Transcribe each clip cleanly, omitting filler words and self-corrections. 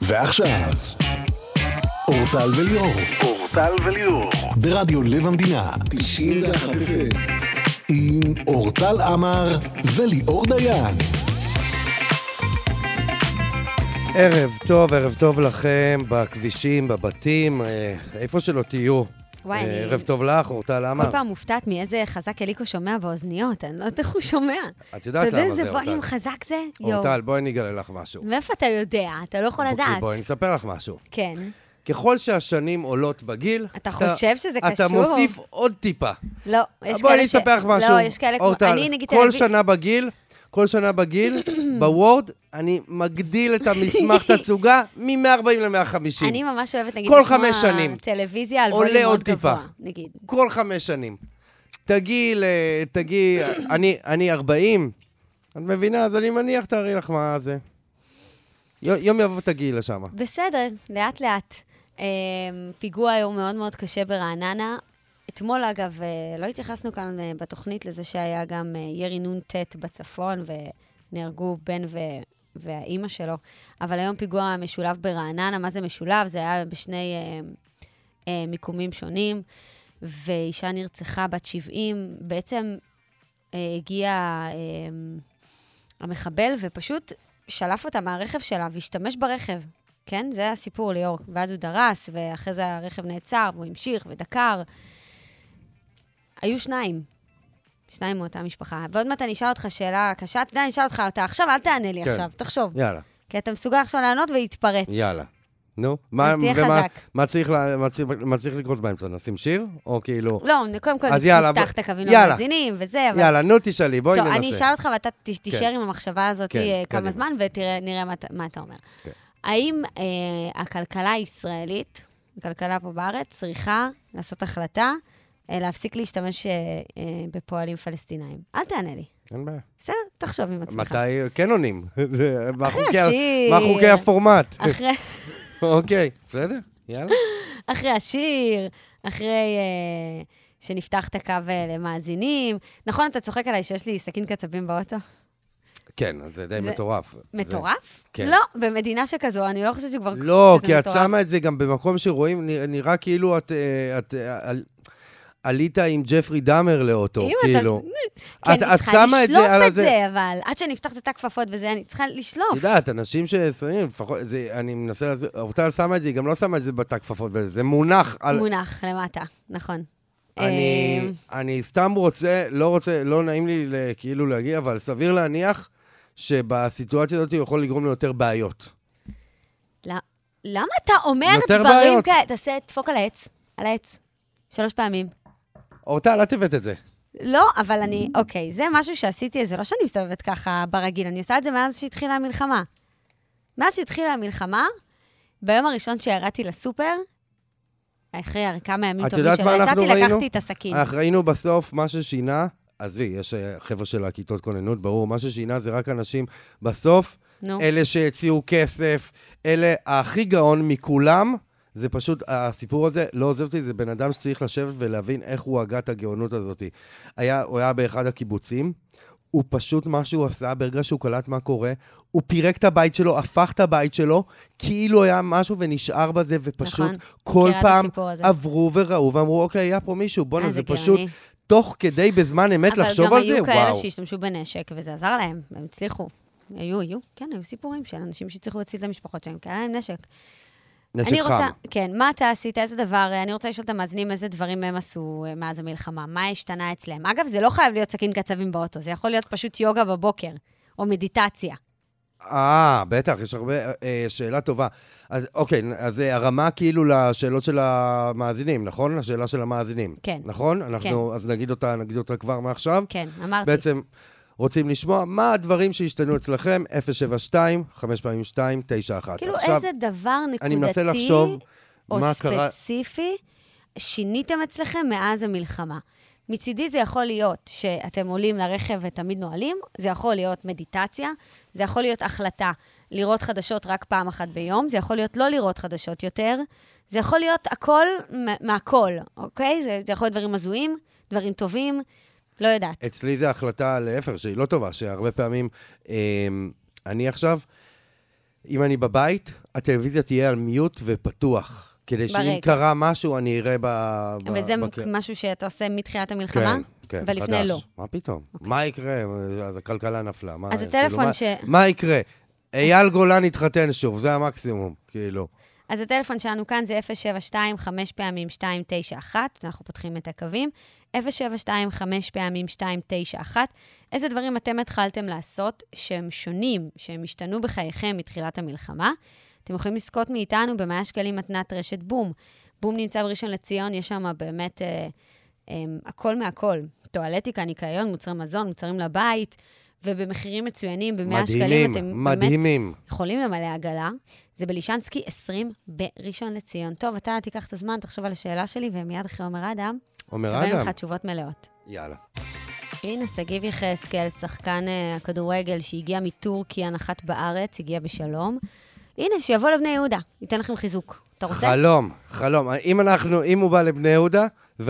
ועכשיו, אורטל וליאור. ברדיו לב המדינה, 91 FM. עם אורטל עמר וליאור דיין. ערב טוב לכם, בכבישים, בבתים, איפה שלא תהיו. ערב טוב לך, אורטל עמר. כל פעם מופתעת מאיזה חזק אליקו שומע באוזניות, אני לא יודעת איך הוא שומע. את יודעת למה זה, אורטל? אתה יודע איזה ווליום חזק זה? אורטל, בואי נגלה לך משהו. מאיפה אתה יודע? אתה לא יכול לדעת. בואי נספר לך משהו. כן. ככל שהשנים עולות בגיל, אתה חושב שזה קשור? אתה מוסיף עוד טיפה. לא, יש כאלה בואי אני אספר לך משהו. לא, יש כאלה כמו... אורטל, כל שנה בגיל, בוורד, אני מגדיל את המסמך תצוגה מ-140 ל-150. אני ממש אוהבת, נגיד, כל 5 שנים. טלוויזיה על ווליום מאוד גבוה, נגיד. כל 5 שנים. תגיעי, אני 40, את מבינה? אז אני מניח, תארי לך מה זה. יום יבוא תגיעי לשם. בסדר, לאט לאט. פיגוע היום מאוד מאוד קשה ברעננה. אתמול, אגב, לא התייחסנו כאן בתוכנית לזה שהיה גם ירי נון ט' בצפון, ונהרגו בן והאימא שלו. אבל היום פיגוע משולב ברעננה. מה זה משולב? זה היה בשני מיקומים שונים, ואישה נרצחה בת 70. בעצם הגיע המחבל ופשוט שלף אותה מהרכב שלה והשתמש ברכב. כן? זה הסיפור ליאור. ואז הוא דרס, ואחרי זה הרכב נעצר, והוא המשיך ודקר. היו שניים מאותה משפחה. ועוד מעט אני אשאל אותך שאלה קשה, אתה יודע, אני אשאל אותך אותה עכשיו, אל תענה לי עכשיו, תחשוב. יאללה. כי אתה מסוגל עכשיו לענות ולהתפרץ. יאללה. נו, מה צריך לקרות באמצע? נשים שיר? או כאילו... לא, קודם כל נפתח את הקווים למאזינים וזה, אבל... יאללה, נו תשאלי, בואי ננסה. טוב, אני אשאל אותך ואתה תישאר עם המחשבה הזאת כמה זמן, ונראה מה אתה אומר. האם הכלכלה הישראלית, הכלכלה פה בארץ, צריכה לעשות החלטה להפסיק להשתמש בפועלים פלסטינאים? אל תענה לי. אין בעיה. בסדר, תחשוב עם עצמך. מתי כן עונים? אחרי השיר. מה חוקי הפורמט? אחרי... אוקיי, בסדר, יאללה. אחרי השיר, אחרי שנפתח את הקו למאזינים. נכון, אתה צוחק עליי שיש לי סכין קצבים באוטו? כן, זה די מטורף. מטורף? כן. לא, במדינה שכזו, אני לא חושבת שכבר... לא, כי את שמה את זה גם במקום שרואים, נראה כאילו את עלית עם ג'פרי דאמר לאוטו, כאילו. כן, אני צריכה לשלוף את זה, אבל עד שנפתחת את הכפפות וזה, אני צריכה לשלוף. תדעת, אנשים ששמים, אני מנסה להסביר, אורטל שמה את זה, היא גם לא שמה את זה בתא הכפפות, זה מונח על... מונח למטה, נכון. אני סתם לא נעים לי כאילו להגיע, אבל סביר להניח שבסיטואציה הזאת הוא יכול לגרום ליותר בעיות. למה אתה אומר דברים כאלה? תעשה, תפוק על העץ, 3 פעמים. אורטל, את הבאת את זה. לא, אבל אוקיי, זה משהו שעשיתי, זה לא שאני מסתובבת ככה ברגיל, אני עושה את זה מאז שהתחילה המלחמה. מאז שהתחילה המלחמה, ביום הראשון שירדתי לסופר, אחרי כמה ימים טובים שלה, יצאתי, לקחתי את הסכין. אנחנו ראינו בסוף מה ששינה, עזבי, יש חבר'ה של הכיתות כוננות, ברור, מה ששינה זה רק אנשים בסוף, אלה שהציעו כסף, אלה הכי גאון מכולם, זה פשוט, הסיפור הזה לא עוזב אותי, זה בן אדם שצריך לשבת ולהבין איך הוא הגה את הגאונות הזאת. הוא היה באחד הקיבוצים, הוא פשוט מה שהוא עשה, ברגע שהוא קלט מה קורה, הוא פירק את הבית שלו, הפך את הבית שלו, כאילו היה משהו ונשאר בזה, ופשוט כל פעם עברו וראו, ואמרו, אוקיי, היה פה מישהו, בוא נזה פשוט, תוך כדי בזמן אמת לחשוב על זה, וואו. אבל גם היו כאלה שהשתמשו בנשק, וזה עזר להם, הם הצליחו. כן, היו סיפורים של אנשים שצריכו להציל את המשפחות שלהם, כי היה להם נשק. נשק חם. כן, מה אתה עשית? איזה דבר? אני רוצה לשאול את המאזינים איזה דברים הם עשו מאז המלחמה. מה השתנה אצלם? אגב, זה לא חייב להיות סכין קצבים באוטו, זה יכול להיות פשוט יוגה בבוקר, או מדיטציה. בטח, יש הרבה, שאלה טובה. אז, אוקיי, אז הרמה כאילו לשאלות של המאזינים, נכון? השאלה של המאזינים. כן. נכון? כן. אז נגיד אותה כבר מעכשיו. כן, אמרתי. בעצם רוצים לשמוע מה הדברים שהשתנו אצלכם, 072, 5 פעמים 2, 91. כאילו עכשיו, איזה דבר נקודתי או ספציפי שיניתם אצלכם מאז המלחמה. מצידי זה יכול להיות שאתם עולים לרכב ותמיד נועלים, זה יכול להיות מדיטציה, זה יכול להיות החלטה לראות חדשות רק פעם אחת ביום, זה יכול להיות לא לראות חדשות יותר, זה יכול להיות הכל מהכל, אוקיי? זה יכול להיות דברים הזויים, דברים טובים, לא יודעת. אצלי זה החלטה להפך, שהיא לא טובה, שהרבה פעמים אני עכשיו, אם אני בבית, הטלוויזיה תהיה על מיוט ופתוח. כדי שאם קרה משהו, אני אראה וזה משהו שאתה עושה מתחילת המלחמה? כן, ולפני חדש. לא. מה פתאום? מה יקרה? אז הכלכלה נפלה. אז הטלפון מה יקרה? אייל גולן התחתן שוב, זה המקסימום, כאילו. אז הטלפון שלנו כאן זה 072 5 פעמים 291, אנחנו פותחים את הקווים. 072 5 פעמים 291. איזה דברים אתם התחלתם לעשות שהם שונים, שהם השתנו בחייכם מתחילת המלחמה? אתם יכולים לזכות מאיתנו ב100 שקלים מתנת רשת בום. בום נמצא בראשון לציון, יש שם באמת הכל מהכל. טואלטיקה, ניקיון, מוצרי מזון, מוצרים לבית, ובמחירים מצוינים, ב100 שקלים אתם מדהימים. באמת יכולים למלא עגלה. זה בלישנסקי 20 בראשון לציון. טוב, אתה תיקח את הזמן, תחשוב על השאלה שלי, ומיד אחרי עומר אדם. עומר אדם. נקבל לך תשובות מלאות. יאללה. הנה, שגיב יחזקאל, שחקן הכדורגל שהגיע מטורקיה, נחת בארץ, הגיע בשלום. הנה, שיבוא לבני יהודה, ייתן לכם חיזוק. אתה רוצה? חלום. אם הוא בא לבני יהודה,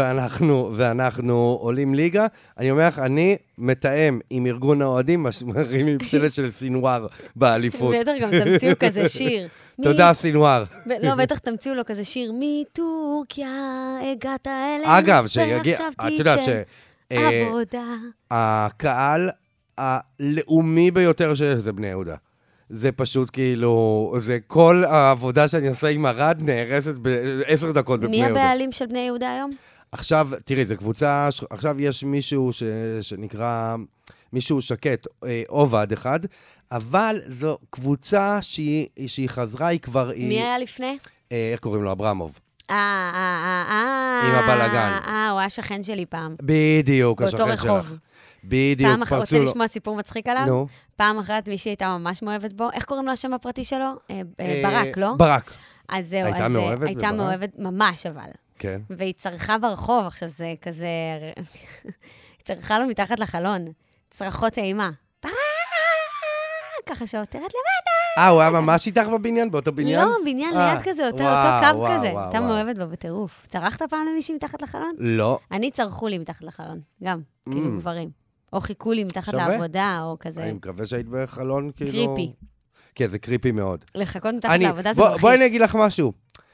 ואנחנו עולים ליגה, אני אומר לך, אני מתאם עם ארגון האוהדים, מרימים שלט של סינואר באליפות. בטח גם תמציאו כזה שיר. תודה, סינואר. לא, בטח תמציאו לו כזה שיר, מטורקיה הגעת אלינו, אגב, שיגיע, את יודעת עבודה. הקהל הלאומי ביותר שיש זה בני יהודה. זה פשוט כאילו, זה כל העבודה שאני עושה עם הרד נהרסת ב10 דקות בבני יהודה. מי הבעלים של בני יהודה היום? עכשיו, תראי, זו קבוצה, עכשיו יש מישהו שנקרא, מישהו שקט, עובד אחד, אבל זו קבוצה שהיא חזרה, היא כבר... מי היה לפני? איך קוראים לו? אברמוב. עם הבלגן. הוא היה שכן שלי פעם. בדיוק, השכן שלך. בדיוק, פעם אחת, רוצה לשמוע סיפור מצחיק עליו? נו. פעם אחת מישהי הייתה ממש מאוהבת בו. איך קוראים לו השם הפרטי שלו? ברק, לא? ברק. אז זהו, הייתה מאוהבת בברק? הייתה מאוהבת ממש, אבל. כן. והיא צרחה ברחוב, עכשיו זה כזה... היא צרחה לו מתחת לחלון. צרחות אימה. ברק! ככה שהוא, תרד למטה! הוא היה ממש איתך בבניין? באותו בניין? לא, בניין ליד כזה, אותו קו כזה. הייתה מאוהבת בו בטירוף. צרחת פעם למישהי מתחת לחלון? לא. אני צרחו לי מתחת לחלון, גם, כאילו גברים. או חיכו לי מתחת לעבודה, או כזה. אני מקווה שהיית בחלון, כאילו... קריפי. כן, זה קריפי מאוד. לחכות מתחת לעבודה זה מלחיץ. בואי אני אגיד לך משהו.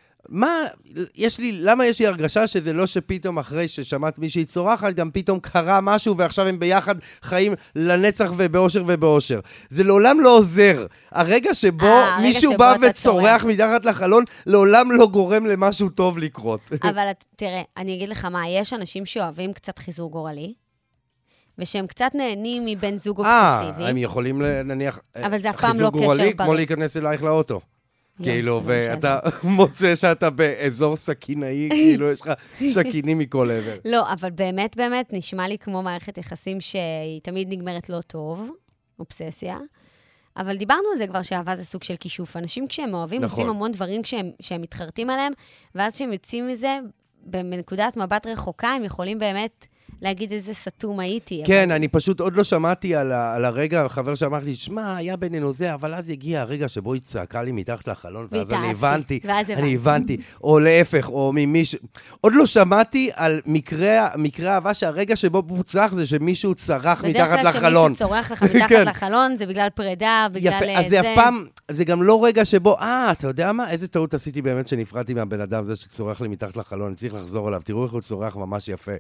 למה יש לי הרגשה שזה לא שפתאום אחרי ששמעת מישהי צורחת, גם פתאום קרה משהו, ועכשיו הם ביחד חיים לנצח ובאושר ובאושר. זה לעולם לא עוזר. הרגע שבו מישהו בא וצורח מתחת לחלון, לעולם לא גורם למשהו טוב לקרות. אבל תראה, אני אגיד לך מה, יש אנשים שאוהבים קצת חיזור גורלי, ושהם קצת נהנים מבן זוג אובססיבי. הם יכולים להניח... אבל זה אף פעם לא קשר בריא. חיזור גורלי כמו להיכנס אלייך לאוטו. כאילו, ואתה מוצא שאתה באזור סכינאי, כאילו, יש לך סכינים מכל עבר. לא, אבל באמת, באמת, נשמע לי כמו מערכת יחסים שהיא תמיד נגמרת לא טוב, אובססיה, אבל דיברנו על זה כבר שאהבה זה סוג של כישוף. אנשים כשהם אוהבים, עושים המון דברים שהם מתחרטים עליהם, ואז כשהם יוצאים מזה, בנקודת מבט רחוקה, הם יכולים באמת... להגיד איזה סתום הייתי. כן, אני פשוט עוד לא שמעתי על הרגע, חבר שאמר לי, שמע, היה בינינו זה, אבל אז הגיע הרגע שבו היא צעקה לי מתחת לחלון, ואז אני הבנתי, או להפך, או ממישהו. עוד לא שמעתי על מקרה אהבה שהרגע שבו פוצח זה שמישהו צרח מתחת לחלון. בדרך כלל שמישהו צורח לך מתחת לחלון, זה בגלל פרידה, בגלל זה. אז זה אף פעם, זה גם לא רגע שבו, אתה יודע מה? איזה טעות עשיתי באמת שנפרדתי מהבן אדם, זה שצורח לי מתחת לחלון, אני צריך לחזור אליו, תראו איך הוא צורח ממש יפה.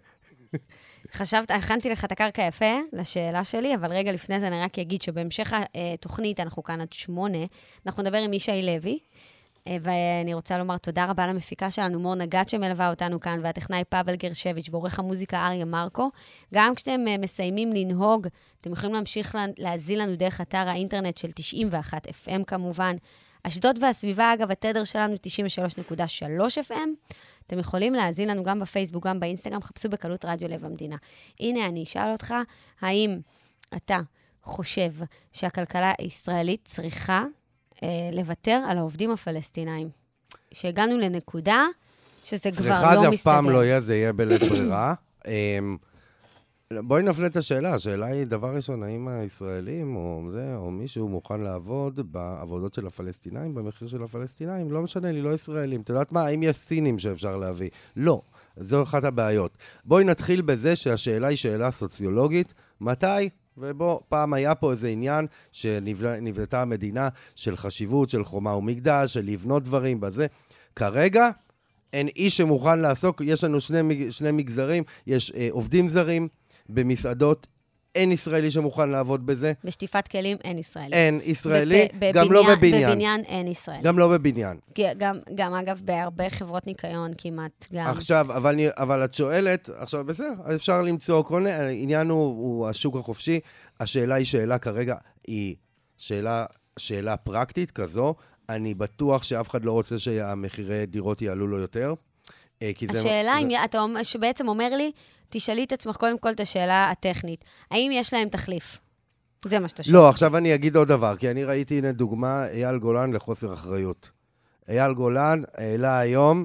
הכנתי לך את הקרקע יפה לשאלה שלי, אבל רגע לפני זה אני רק אגיד שבהמשך התוכנית, אנחנו כאן עד 8, אנחנו נדבר עם ישי לוי, ואני רוצה לומר תודה רבה למפיקה שלנו, מור נגת שמלווה אותנו כאן, והטכנאי פאבל גרשביץ' ועורך המוזיקה אריה מרקו. גם כשאתם מסיימים לנהוג, אתם יכולים להמשיך להזין לנו דרך אתר האינטרנט של 91 FM כמובן. אשדוד והסביבה, אגב, התדר שלנו 93.3 FM. אתם יכולים להזין לנו גם בפייסבוק, גם באינסטגרם, חפשו בקלות רדיו לב המדינה. הנה, אני אשאל אותך, האם אתה חושב שהכלכלה הישראלית צריכה לוותר על העובדים הפלסטינאים? שהגענו לנקודה שזה כבר לא מסתדר. צריכה זה אף פעם לא יהיה, זה יהיה בלית ברירה. בואי נפנה את השאלה. השאלה היא, דבר ראשון, האם הישראלים או מישהו מוכן לעבוד בעבודות של הפלסטינאים, במחיר של הפלסטינאים? לא משנה לי, לא ישראלים. אתה יודעת מה? האם יש סינים שאפשר להביא? לא. זו אחת הבעיות. בואי נתחיל בזה שהשאלה היא שאלה סוציולוגית. מתי ובו פעם היה פה איזה עניין שנבנתה המדינה של חשיבות, של חומה ומקדש, של לבנות דברים בזה. כרגע אין איש שמוכן לעסוק, יש לנו שני מגזרים, יש עובדים זרים במסעדות, אין ישראלי שמוכן לעבוד בזה. בשטיפת כלים אין ישראלי. אין ישראלי, גם לא בבניין. בבניין אין ישראלי. גם לא בבניין. גם אגב, בהרבה חברות ניקיון כמעט גם. עכשיו, אבל את שואלת, עכשיו בסדר, אפשר למצוא, העניין הוא השוק החופשי, השאלה היא שאלה כרגע, היא שאלה פרקטית כזו, אני בטוח שאף אחד לא רוצה שהמחירי דירות יעלו לו יותר. השאלה, אתה שבעצם אומר לי, תשאלי את עצמך קודם כל את השאלה הטכנית. האם יש להם תחליף? זה מה שאתה שואל. לא, עכשיו אני אגיד עוד דבר, כי אני ראיתי, הנה דוגמה, אייל גולן לחוסר אחריות. אייל גולן העלה היום,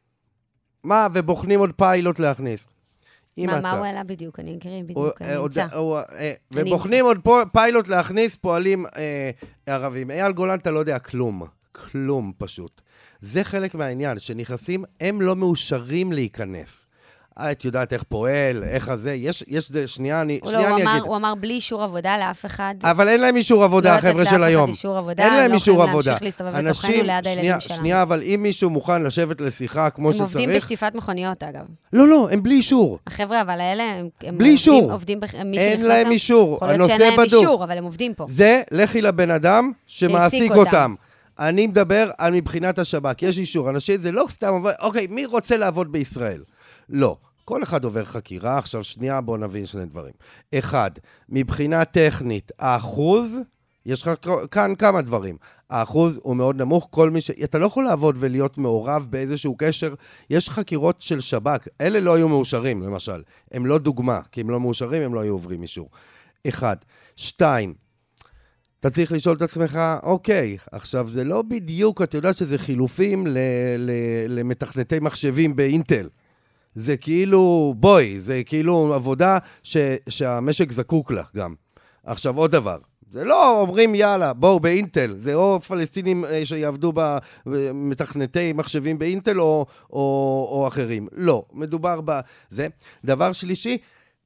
ובוחנים עוד פיילוט להכניס. מה הוא העלה בדיוק? אני אקריא בדיוק, אני נמצא. ובוחנים עוד פיילוט להכניס פועלים ערבים. אייל גולן, אתה לא יודע כלום פשוט. זה חלק מהעניין, שנכנסים, הם לא מאושרים להיכנס. את יודעת איך פועל, איך הזה, יש שנייה אני אגיד. הוא אמר בלי אישור עבודה לאף אחד. אבל אין להם אישור עבודה, החבר'ה של היום. אין להם אישור עבודה. אנשים, שנייה, אבל אם מישהו מוכן לשבת לשיחה כמו שצריך... הם עובדים בשטיפת מכוניות, אגב. לא, הם בלי אישור. החבר'ה, אבל האלה, הם בלי אישור. עובדים... אין להם אישור, הנושא בדוק. שאין להם אישור, אבל הם עובדים פה. זה, לכי לבן אדם שמעסיק אותם. אני מדבר על מבחינת השב"כ, יש אישור. אנשים, זה לא סתם, אוקיי, מי רוצה לעבוד בישראל? לא. כל אחד עובר חקירה, עכשיו שנייה בואו נבין שני דברים. אחד, מבחינה טכנית, האחוז, יש לך כאן כמה דברים. האחוז הוא מאוד נמוך, אתה לא יכול לעבוד ולהיות מעורב באיזשהו קשר, יש חקירות של שב"כ, אלה לא היו מאושרים למשל, הם לא דוגמה, כי הם לא מאושרים, הם לא היו עוברים אישור. אחד. שתיים, אתה צריך לשאול את עצמך, אוקיי, עכשיו זה לא בדיוק, אתה יודע שזה חילופים למתכנתי מחשבים באינטל. זה כאילו, זה כאילו עבודה שהמשק זקוק לה גם. עכשיו עוד דבר, זה לא אומרים יאללה, בואו באינטל, זה או פלסטינים שיעבדו במתכנתי מחשבים באינטל או אחרים. לא, מדובר בזה. דבר שלישי,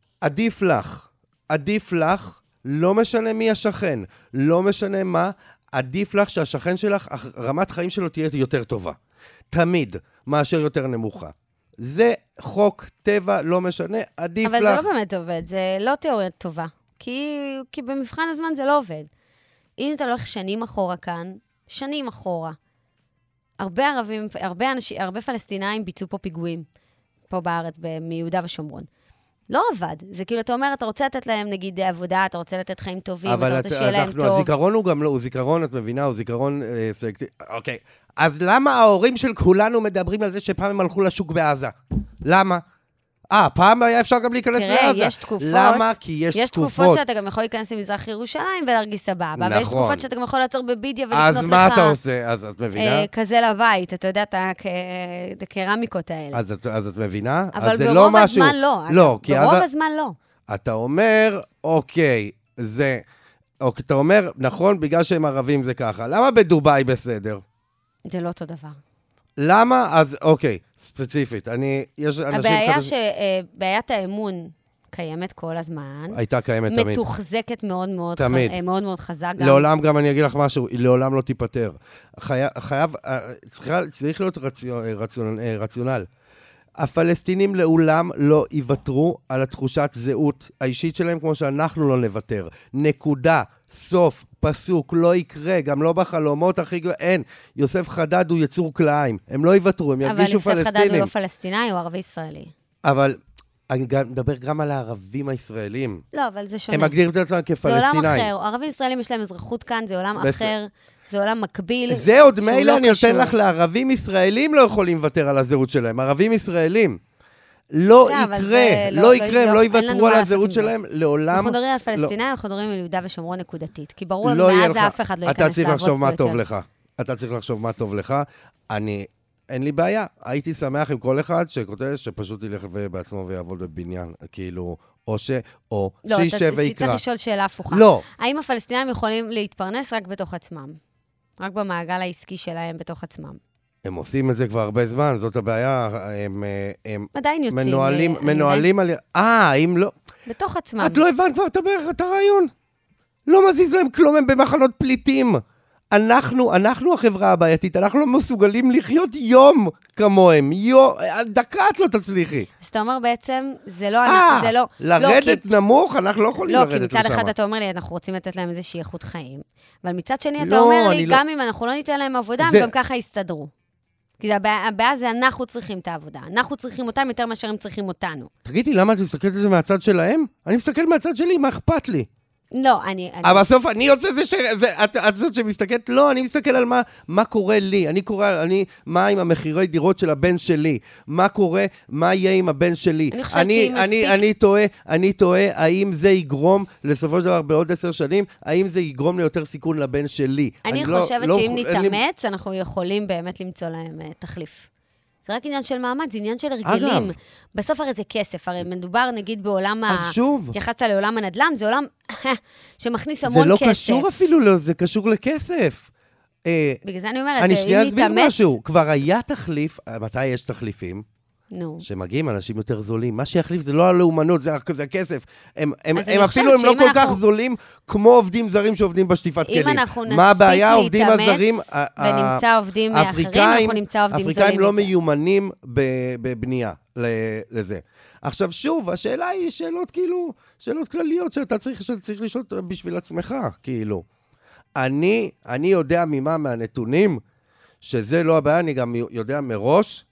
עדיף לך, לא משנה מי השכן, לא משנה מה, עדיף לך שהשכן שלך, רמת חיים שלו תהיה יותר טובה. תמיד, מאשר יותר נמוכה. זה חוק טבע, לא משנה, עדיף לך. אבל זה לא באמת עובד, זה לא תיאוריה טובה. כי במבחן הזמן זה לא עובד. אם אתה הולך שנים אחורה כאן, שנים אחורה, הרבה ערבים, הרבה פלסטינאים ביצעו פה פיגועים, פה בארץ, מיהודה ושומרון. לא עבד. זה כאילו, אתה אומר, אתה רוצה לתת להם, נגיד, עבודה, אתה רוצה לתת חיים טובים, אתה רוצה שיהיה להם טוב. הזיכרון הוא גם לא, הוא זיכרון, את מבינה, הוא זיכרון סלקטיבי. אוקיי. אז למה ההורים של כולנו מדברים על זה שפעם הם הלכו לשוק בעזה? למה? פעם היה אפשר גם להיכנס לעזה. תראה, יש תקופות. למה? כי יש תקופות. יש תקופות שאתה גם יכול להיכנס למזרח ירושלים ולהרגיש סבבה. נכון. ויש תקופות שאתה גם יכול לעצור בבידיה ולקנות לך... אז מה אתה עושה? אז את מבינה? כזה לבית, אתה יודע, את הקרמיקות האלה. אז את מבינה? אבל ברוב הזמן לא. לא, כי ברוב הזמן לא. אתה אומר, אוקיי, זה... אתה אומר, נכון, בגלל שהם ערבים זה ככה. למה בדובאי בסדר? זה לא אותו דבר. למה? אז אוקיי, ספציפית. יש אנשים בעיית האמון קיימת כל הזמן. הייתה קיימת תמיד. מתוחזקת מאוד מאוד, תמיד. מאוד מאוד חזק. לעולם גם אני אגיד לך משהו, היא לעולם לא תיפטר. צריך להיות רציונל. הפלסטינים לעולם לא יוותרו על התחושת זהות האישית שלהם כמו שאנחנו לא נוותר. נקודה, סוף, פסוק, לא יקרה, גם לא בחלומות הכי גדול, אין. יוסף חדד הוא יצור כלאיים, הם לא יוותרו, הם ירגישו פלסטינים. אבל יוסף חדד הוא לא פלסטיני, הוא ערבי ישראלי. אבל אני מדבר גם על הערבים הישראלים. לא, אבל זה שונה. הם מגדירים את עצמם כפלסטינאים. זה עולם אחר, ערבים ישראלים יש להם אזרחות כאן, זה עולם אחר. זה עולם מקביל. זה עוד מילא, אני נותן לך לערבים ישראלים לא יכולים לוותר על הזהות שלהם. ערבים ישראלים. לא יקרה, הם לא יוותרו על הזהות שלהם לעולם. אנחנו מדברים על פלסטינאים, אנחנו מדברים על יהודה ושומרון נקודתית. כי ברור לנו מאז אף אחד לא ייכנס לעבוד. אתה צריך לחשוב מה טוב לך. אין לי בעיה. הייתי שמח עם כל אחד שכותב שפשוט ילך בעצמו ויעבוד בבניין. כאילו, או שישב ויקרא. צריך לשאול שאלה הפוכה. לא. האם הפלסטינאים יכולים להתפרנס רק בתוך עצמם? רק במעגל העסקי שלהם בתוך עצמם. הם עושים את זה כבר הרבה זמן, זאת הבעיה. הם עדיין יוצאים. מנוהלים על... אם לא... בתוך עצמם. את לא הבנת כבר את הרעיון? לא מזיז להם כלום, הם במחנות פליטים. אנחנו החברה הבעייתית, אנחנו לא מסוגלים לחיות יום כמוהם. דקה את לא תצליחי. אז אתה אומר בעצם, זה לא... לרדת נמוך, אנחנו לא יכולים לרדת לשם. לא, כי מצד אחד אתה אומר לי, אנחנו רוצים לתת להם איזושהי איכות חיים. אבל מצד שני אתה אומר לי, גם אם אנחנו לא ניתן להם עבודה, הם גם ככה יסתדרו. כי הבעיה זה אנחנו צריכים את העבודה. אנחנו צריכים אותם יותר מאשר הם צריכים אותנו. תגידי, למה את מסתכלת על זה מהצד שלהם? אני מסתכל מהצד שלי, מה אכפת לי? לא, אבל בסוף אני יוצא את זאת שמסתכלת, לא, אני מסתכל על מה קורה לי, מה עם המחירי דירות של הבן שלי, מה קורה, מה יהיה עם הבן שלי. אני חושבת שהיא מספיק. אני תוהה, האם זה יגרום, לסופו של דבר בעוד 10 שנים, האם זה יגרום ליותר סיכון לבן שלי. אני חושבת שאם נתאמץ, אנחנו יכולים באמת למצוא להם תחליף. זה רק עניין של מעמד, זה עניין של הרגלים. אגב. בסוף הרי זה כסף, הרי מדובר נגיד בעולם אז שוב. התייחסת לעולם הנדל"ן, זה עולם שמכניס המון כסף. זה לא קשור אפילו, זה קשור לכסף. בגלל זה אני אומרת, אני שנייה אסביר משהו, כבר היה תחליף, מתי יש תחליפים? נו. שמגיעים אנשים יותר זולים. מה שיחליף זה לא הלאומנות, זה הכסף. הם אפילו הם לא כל כך זולים כמו עובדים זרים שעובדים בשטיפת כלים. אם אנחנו נספיק להתאמץ ונמצא עובדים אחרים, אנחנו נמצא עובדים זולים. אפריקאים לא מיומנים בבנייה לזה. עכשיו שוב, השאלה היא שאלות כלליות שאתה צריך לשאול בשביל עצמך, כאילו. אני יודע מהנתונים שזה לא הבעיה, אני גם יודע מראש,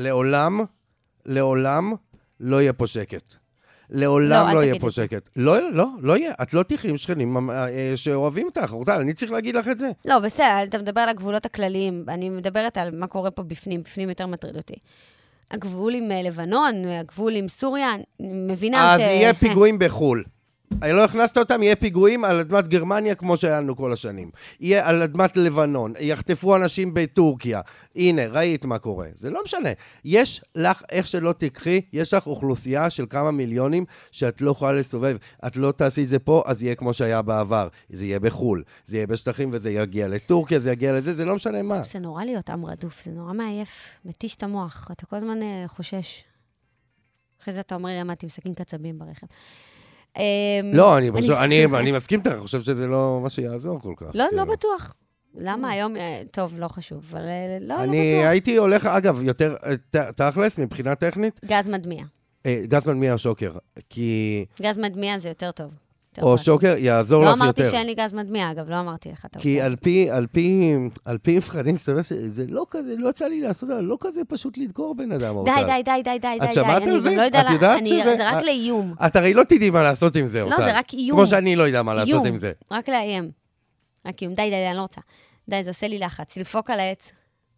לעולם לא יהיה פה שקט. לעולם לא יהיה פה שקט. לא יהיה. את לא תחי עם שכנים שאוהבים אותך. אורטל, אני צריך להגיד לך את זה. לא, בסדר, אתה מדבר על הגבולות הכלליים. אני מדברת על מה קורה פה בפנים. בפנים יותר מטריד אותי. הגבול עם לבנון, הגבול עם סוריה, אני מבינה אז יהיה פיגועים בחול. לא הכנסת אותם, יהיה פיגועים על אדמת גרמניה כמו שהיה לנו כל השנים. יהיה על אדמת לבנון, יחטפו אנשים בטורקיה. הנה, ראית מה קורה. זה לא משנה. יש לך, איך שלא תקחי, יש לך אוכלוסייה של כמה מיליונים שאת לא יכולה לסובב. את לא תעשי את זה פה, אז יהיה כמו שהיה בעבר. זה יהיה בחול, זה יהיה בשטחים וזה יגיע לטורקיה, זה יגיע לזה, זה לא משנה מה. זה נורא להיות עם רדוף, זה נורא מעייף, מתיש את המוח. אתה כל הזמן חושש. אחרי זה אתה אומר, למדתי מסכים קצבים ברכב. לא, אני מסכים איתך, אני חושב שזה לא מה שיעזור כל כך. לא בטוח. למה היום, טוב, לא חשוב, אבל לא בטוח. אני הייתי הולך, אגב, יותר תכלס, מבחינה טכנית. גז מדמיע. גז מדמיע או שוקר, כי... גז מדמיע זה יותר טוב. או שוקר יעזור לך יותר. לא אמרתי שאין לי גז מדמיע, אגב, לא אמרתי לך. כי על פי מבחנים, זה לא כזה, לא יצא לי לעשות, לא כזה פשוט לדקור בן אדם. די. את שמעת על זה? את יודעת שזה? זה רק לאיום. את הרי לא תדעי מה לעשות עם זה, לא, זה רק איום. כמו שאני לא יודע מה לעשות עם זה. רק לאיים. רק איום. די, אני לא רוצה. די, זה עושה לי לחץ. לדפוק על העץ.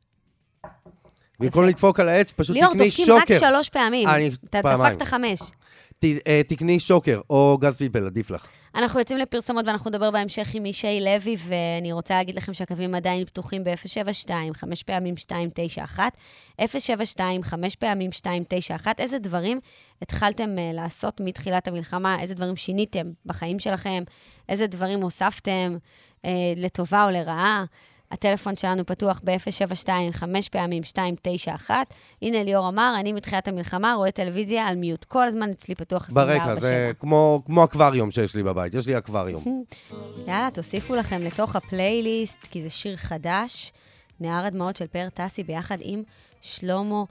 במקום לדפוק על העץ, פשוט תקני שוקר. ליאור, דופקים רק 3 פעמים. אתה דפקת 5. תקני שוקר או גז פלפל, עדיף לך. אנחנו יוצאים לפרסומות ואנחנו נדבר בהמשך עם מישהי לוי, ואני רוצה להגיד לכם שהקווים עדיין פתוחים ב-072, 5 פעמים 291, 072, 5 פעמים 291. איזה דברים התחלתם לעשות מתחילת המלחמה? איזה דברים שיניתם בחיים שלכם? איזה דברים הוספתם לטובה או לרעה? הטלפון שלנו פתוח ב-072, 5 פעמים 291. הנה ליאור אמר, אני מתחילת המלחמה רואה טלוויזיה על מיוט. כל הזמן אצלי פתוח 24/7. ברקע, זה כמו אקווריום שיש לי בבית. יש לי אקווריום. יאללה, תוסיפו לכם לתוך הפלייליסט, כי זה שיר חדש, נהר הדמעות של פאר טסי, ביחד עם שלמה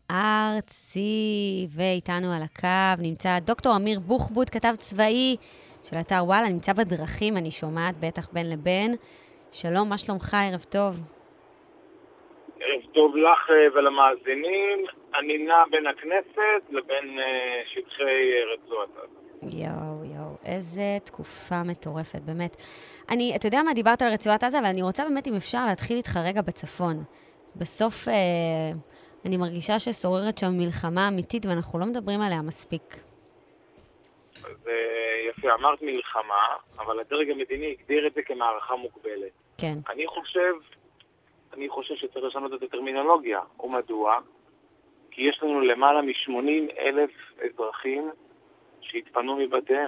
ארצי. ואיתנו על הקו נמצא דוקטור אמיר בוחבוט, כתב צבאי של אתר וואלה, נמצא בדרכים, אני שומעת בטח בין לבין. שלום, מה שלומך? ערב טוב. ערב טוב לך ולמאזינים. אני נע בין הכנסת לבין שטחי רצועת עזה. יואו, איזה תקופה מטורפת, באמת. אתה יודע מה, דיברת על רצועת עזה, אבל אני רוצה באמת, אם אפשר, להתחיל איתך רגע בצפון. בסוף, אני מרגישה ששוררת שם מלחמה אמיתית, ואנחנו לא מדברים עליה מספיק. אז יפה, אמרת מלחמה, אבל הדרג המדיני הגדיר את זה כמערכה מוגבלת. כן. אני חושב שצריך לשנות את הטרמינולוגיה. ומדוע? כי יש לנו למעלה מ-80,000 אזרחים שהתפנו מבתיהם.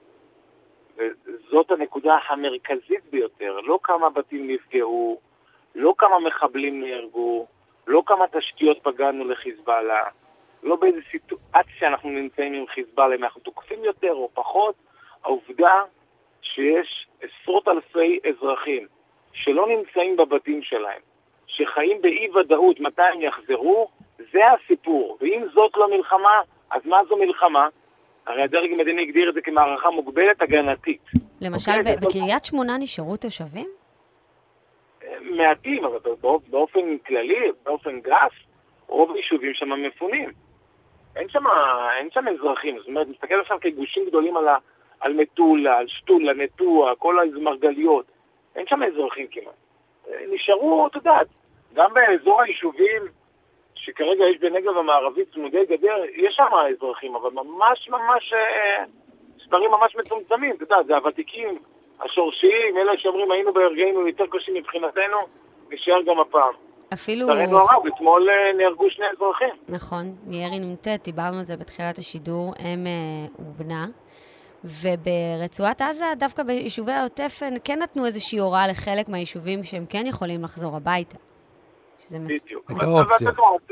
וזאת הנקודה המרכזית ביותר. לא כמה בתים נפגעו, לא כמה מחבלים נהרגו, לא כמה תשתיות פגענו לחיזבאללה. לא באיזו סיטואציה שאנחנו נמצאים עם חיזבאללה, אם אנחנו תוקפים יותר או פחות, העובדה שיש עשרות אלפי אזרחים שלא נמצאים בבתים שלהם, שחיים באי ודאות מתי הם יחזרו, זה הסיפור. ואם זאת לא מלחמה, אז מה זו מלחמה? הרי הדרג המדיני הגדיר את זה כמערכה מוגבלת הגנתית. למשל, בקריית שמונה נשארו תושבים? מעטים, אבל באופן כללי, באופן גס, רוב היישובים שם מפונים. אין שם אזרחים. זאת אומרת, מסתכל עכשיו כגושים גדולים על מטולה, על שטולה, נטוע, כל המרגליות. אין שם אזרחים כמעט. נשארו, אתה יודעת, גם באזור היישובים, שכרגע יש בנגב המערבי צמודי גדר, יש שם אזרחים, אבל ממש ספרים ממש מצומצמים, אתה יודע, זה הוותיקים, השורשיים, אלה שאומרים היינו ברגעים יותר קשים מבחינתנו, נשאר גם הפעם. אפילו... תראינו הרב, אתמול נהרגו 2 אזרחים. נכון, מירי נ"ט, דיברנו על זה בתחילת השידור, אם ובנה, וברצועת עזה, דווקא ביישובי העוטף, כן נתנו איזושהי הוראה לחלק מהיישובים שהם כן יכולים לחזור הביתה. בדיוק. את האופציה.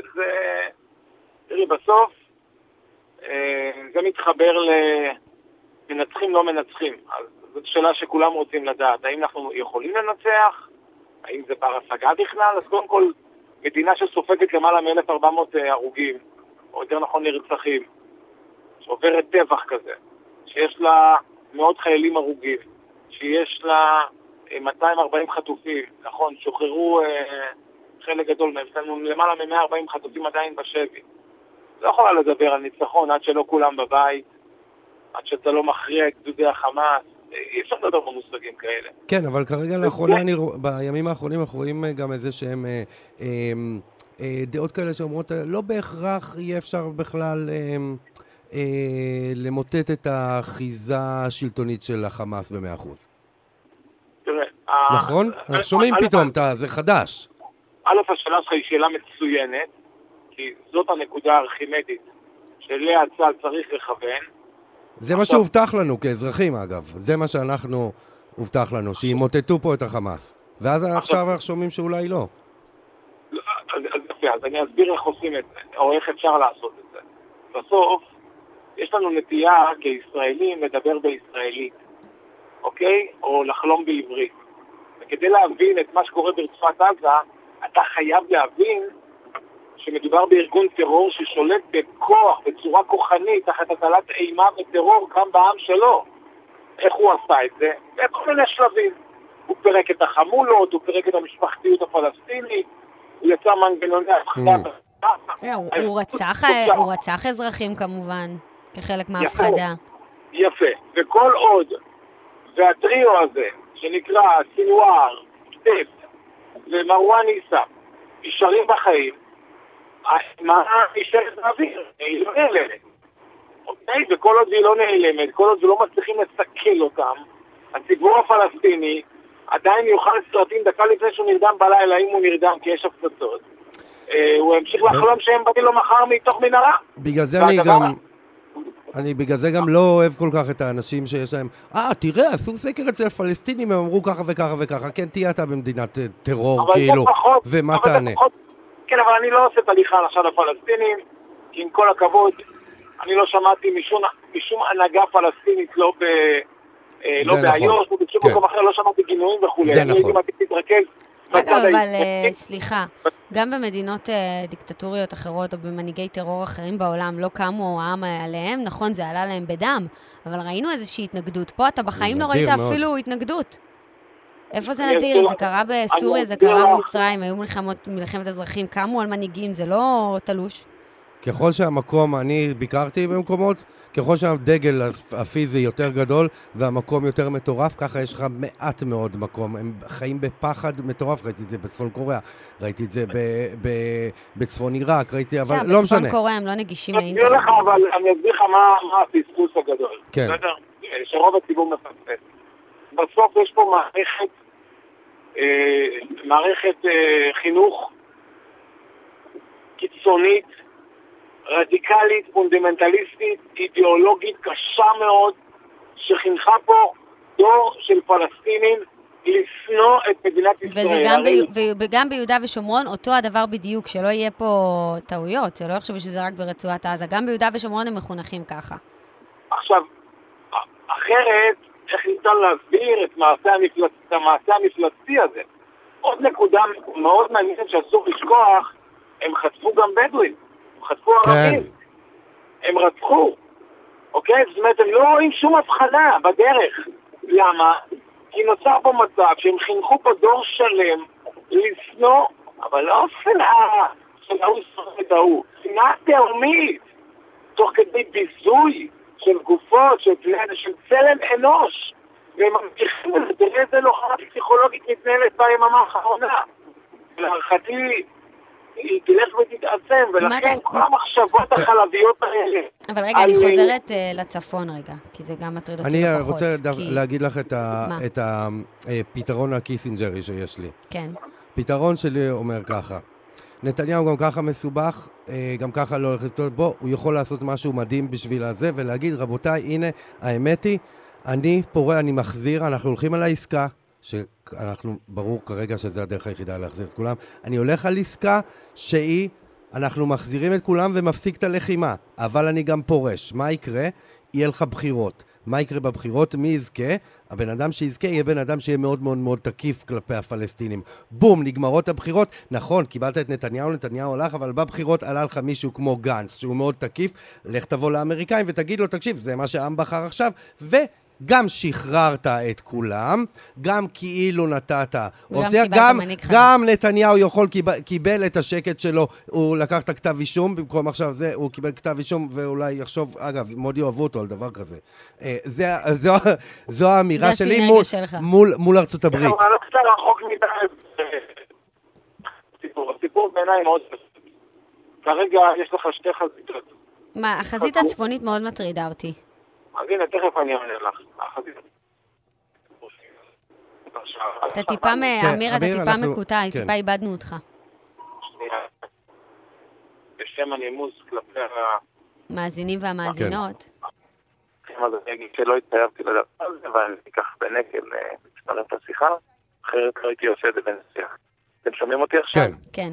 תראי, בסוף זה מתחבר למנצחים לא מנצחים. אז זאת שאלה שכולם רוצים לדעת. האם אנחנו יכולים לנצח? האם זה בר השגה בכלל? אז קודם כל, מדינה שסופגת למעלה מ-1,400 הרוגים, או יותר נכון נרצחים, שעוברת טבח כזה, שיש לה מאות חיילים הרוגים, שיש לה 240 חטופים, נכון, שוחררו חלק גדול מהם, יש לנו למעלה מ-140 חטופים עדיין בשבי. לא יכולה לדבר על ניצחון עד שלא כולם בבית, עד שאתה לא מכריע את גדודי החמאס, אי אפשר לדבר במושגים כאלה. כן, אבל כרגע לאחרונה, בימים האחרונים אנחנו רואים גם איזה שהם דעות כאלה שאומרות, לא בהכרח יהיה אפשר בכלל למוטט את האחיזה השלטונית של החמאס ב100%. תראה, נכון? אנחנו שומעים פתאום, זה חדש. א', השאלה שלך היא שאלה מצוינת, כי זאת הנקודה הארכימדית שאליה הצה"ל צריך לכוון. זה מה שהובטח לנו כאזרחים, אגב. זה מה שאנחנו הובטח לנו, שימוטטו פה את החמאס. ואז עכשיו אנחנו שומעים שאולי לא. אז אני אסביר איך עושים את זה, או איך אפשר לעשות את זה. בסוף, יש לנו נטייה כישראלים לדבר בישראלית, אוקיי? או לחלום בעברית. וכדי להבין את מה שקורה ברצועת עזה, אתה חייב להבין שמדובר בארגון טרור ששולט בכוח, בצורה כוחנית, תחת הטלת אימה וטרור גם בעם שלו. איך הוא עשה את זה? בכל מיני שלבים. הוא פירק את החמולות, הוא פירק את המשפחתיות הפלסטינית, הוא יצא מנגנוני הפחדה. הוא רצח אזרחים כמובן, כחלק מההפחדה. יפה. וכל עוד, והטריו הזה, שנקרא סינואר, טף ומרואן ניסה, נשארים בחיים, מה נשארת באוויר? היא לא נעלמת. אוקיי? וכל עוד היא לא נעלמת, כל עוד לא מצליחים לסכל אותם, הציבור הפלסטיני עדיין יוכל סרטים דקה לפני שהוא נרדם בלילה, אם הוא נרדם כי יש הפצצות. הוא המשיך לחלום שהם באים לו מחר מתוך מנהרה. בגלל זה אני בגלל זה גם לא אוהב כל כך את האנשים שיש להם, תראה, עשו סקר אצל פלסטינים, הם אמרו ככה וככה וככה, כן, תהיה אתה במדינת טרור, כאילו, ומה תענה? כן, אבל אני לא עושה את הליכה עכשיו לפלסטינים, כי עם כל הכבוד, אני לא שמעתי משום הנהגה פלסטינית, לא באיו"ש, ובשום מקום אחר, לא שמעתי גינויים וכו'. זה נכון. אני הייתי מתרכז. אגב, אבל סליחה, גם במדינות דיקטטוריות אחרות או במנהיגי טרור אחרים בעולם לא קמו העם עליהם, נכון, זה עלה להם בדם, אבל ראינו איזושהי התנגדות. פה אתה בחיים לא ראית אפילו התנגדות. איפה זה נדיר? זה קרה בסוריה, זה קרה במצרים, היו מלחמת אזרחים, קמו על מנהיגים, זה לא תלוש. ככל שהמקום, אני ביקרתי במקומות, ככל שהדגל הפיזי יותר גדול והמקום יותר מטורף, ככה יש לך מעט מאוד מקום. הם חיים בפחד מטורף, ראיתי את זה בצפון קוריאה, ראיתי את זה בצפון עיראק, ראיתי, אבל לא משנה. בצפון קוריאה הם לא נגישים לאינטרנט. אני אסביר לך, אבל אני אסביר לך מה הפספוס הגדול. כן. שרוב הציבור מפספס. בסוף יש פה מערכת חינוך קיצונית, רדיקלית, פונדמנטליסטית, אידיאולוגית קשה מאוד, שחינכה פה דור של פלסטינים לשנוא את מדינת ישראל. וגם ביהודה ושומרון, אותו הדבר בדיוק, שלא יהיה פה טעויות, שלא יחשבו שזה רק ברצועת עזה. גם ביהודה ושומרון הם מחונכים ככה. עכשיו, אחרת, איך ניתן להסביר את המעשה המפלצתי הזה? עוד נקודה מאוד מעניינת שאסור לשכוח, הם חטפו גם בדואים, הם חטפו ערבים, הם רצחו, אוקיי? זאת אומרת, הם לא רואים שום הבחנה בדרך. למה? כי נוצר פה מצב שהם חינכו פה דור שלם לשנוא, אבל לא שנאה של ההוא שונא את ההוא, שנאה תהומית, תוך כדי ביזוי של גופות, של צלם אנוש, והם ממשיכים לזה, תראה איזה לוחמה פסיכולוגית מתנהלת ביממה האחרונה. להערכתי, היא תלך ותתעצם, ולכן כל המחשבות החלביות האלה. אבל רגע, אני חוזרת לצפון רגע, כי זה גם מטריד אותי אני לא פחות. רוצה להגיד לך את הפתרון הקיסינג'רי שיש לי. כן. פתרון שלי אומר ככה, נתניהו גם ככה מסובך, גם ככה לא הולך לסתות בו, הוא יכול לעשות משהו מדהים בשביל הזה, ולהגיד, רבותיי, הנה, האמת היא, אני פורה, אני מחזיר, אנחנו הולכים על העסקה, שאנחנו, ברור כרגע שזה הדרך היחידה להחזיר את כולם, אני הולך על עסקה שהיא, אנחנו מחזירים את כולם ומפסיק את הלחימה, אבל אני גם פורש. מה יקרה? יהיה לך בחירות. מה יקרה בבחירות? מי יזכה? הבן אדם שיזכה יהיה בן אדם שיהיה מאוד מאוד מאוד תקיף כלפי הפלסטינים. בום, נגמרות הבחירות. נכון, קיבלת את נתניהו הלך, אבל בבחירות עלה לך מישהו כמו גנץ, שהוא מאוד תקיף, לך תבוא לאמריקאים ותגיד לו, תקשיב, זה מה שהעם בחר עכשיו, גם שחררת את כולם, גם כאילו נתת אופציה, גם נתניהו קיבל את השקט שלו, הוא לקח את הכתב אישום, במקום עכשיו זה, הוא קיבל כתב אישום, ואולי יחשוב, אגב, מאוד יאהבו אותו על דבר כזה. זו האמירה שלי מול ארצות הברית. אני לא קצת רחוק מדי הסיפור בעיניי מאוד פשוט. כרגע יש לך שתי חזיתות. מה, החזית הצפונית מאוד מטרידה אותי. אז הנה, תכף אני עונה לך. אתה טיפה, אמיר, אתה טיפה מקוטע, טיפה איבדנו אותך. בשם הנימוס כלפי מאזינים והמאזינות. אז אני אגיד שלא התחייבתי לדבר על זה, ואני אקח בנקל להצטרף לשיחה, אחרת לא הייתי עושה את זה בנשיח. אתם שומעים אותי עכשיו? כן.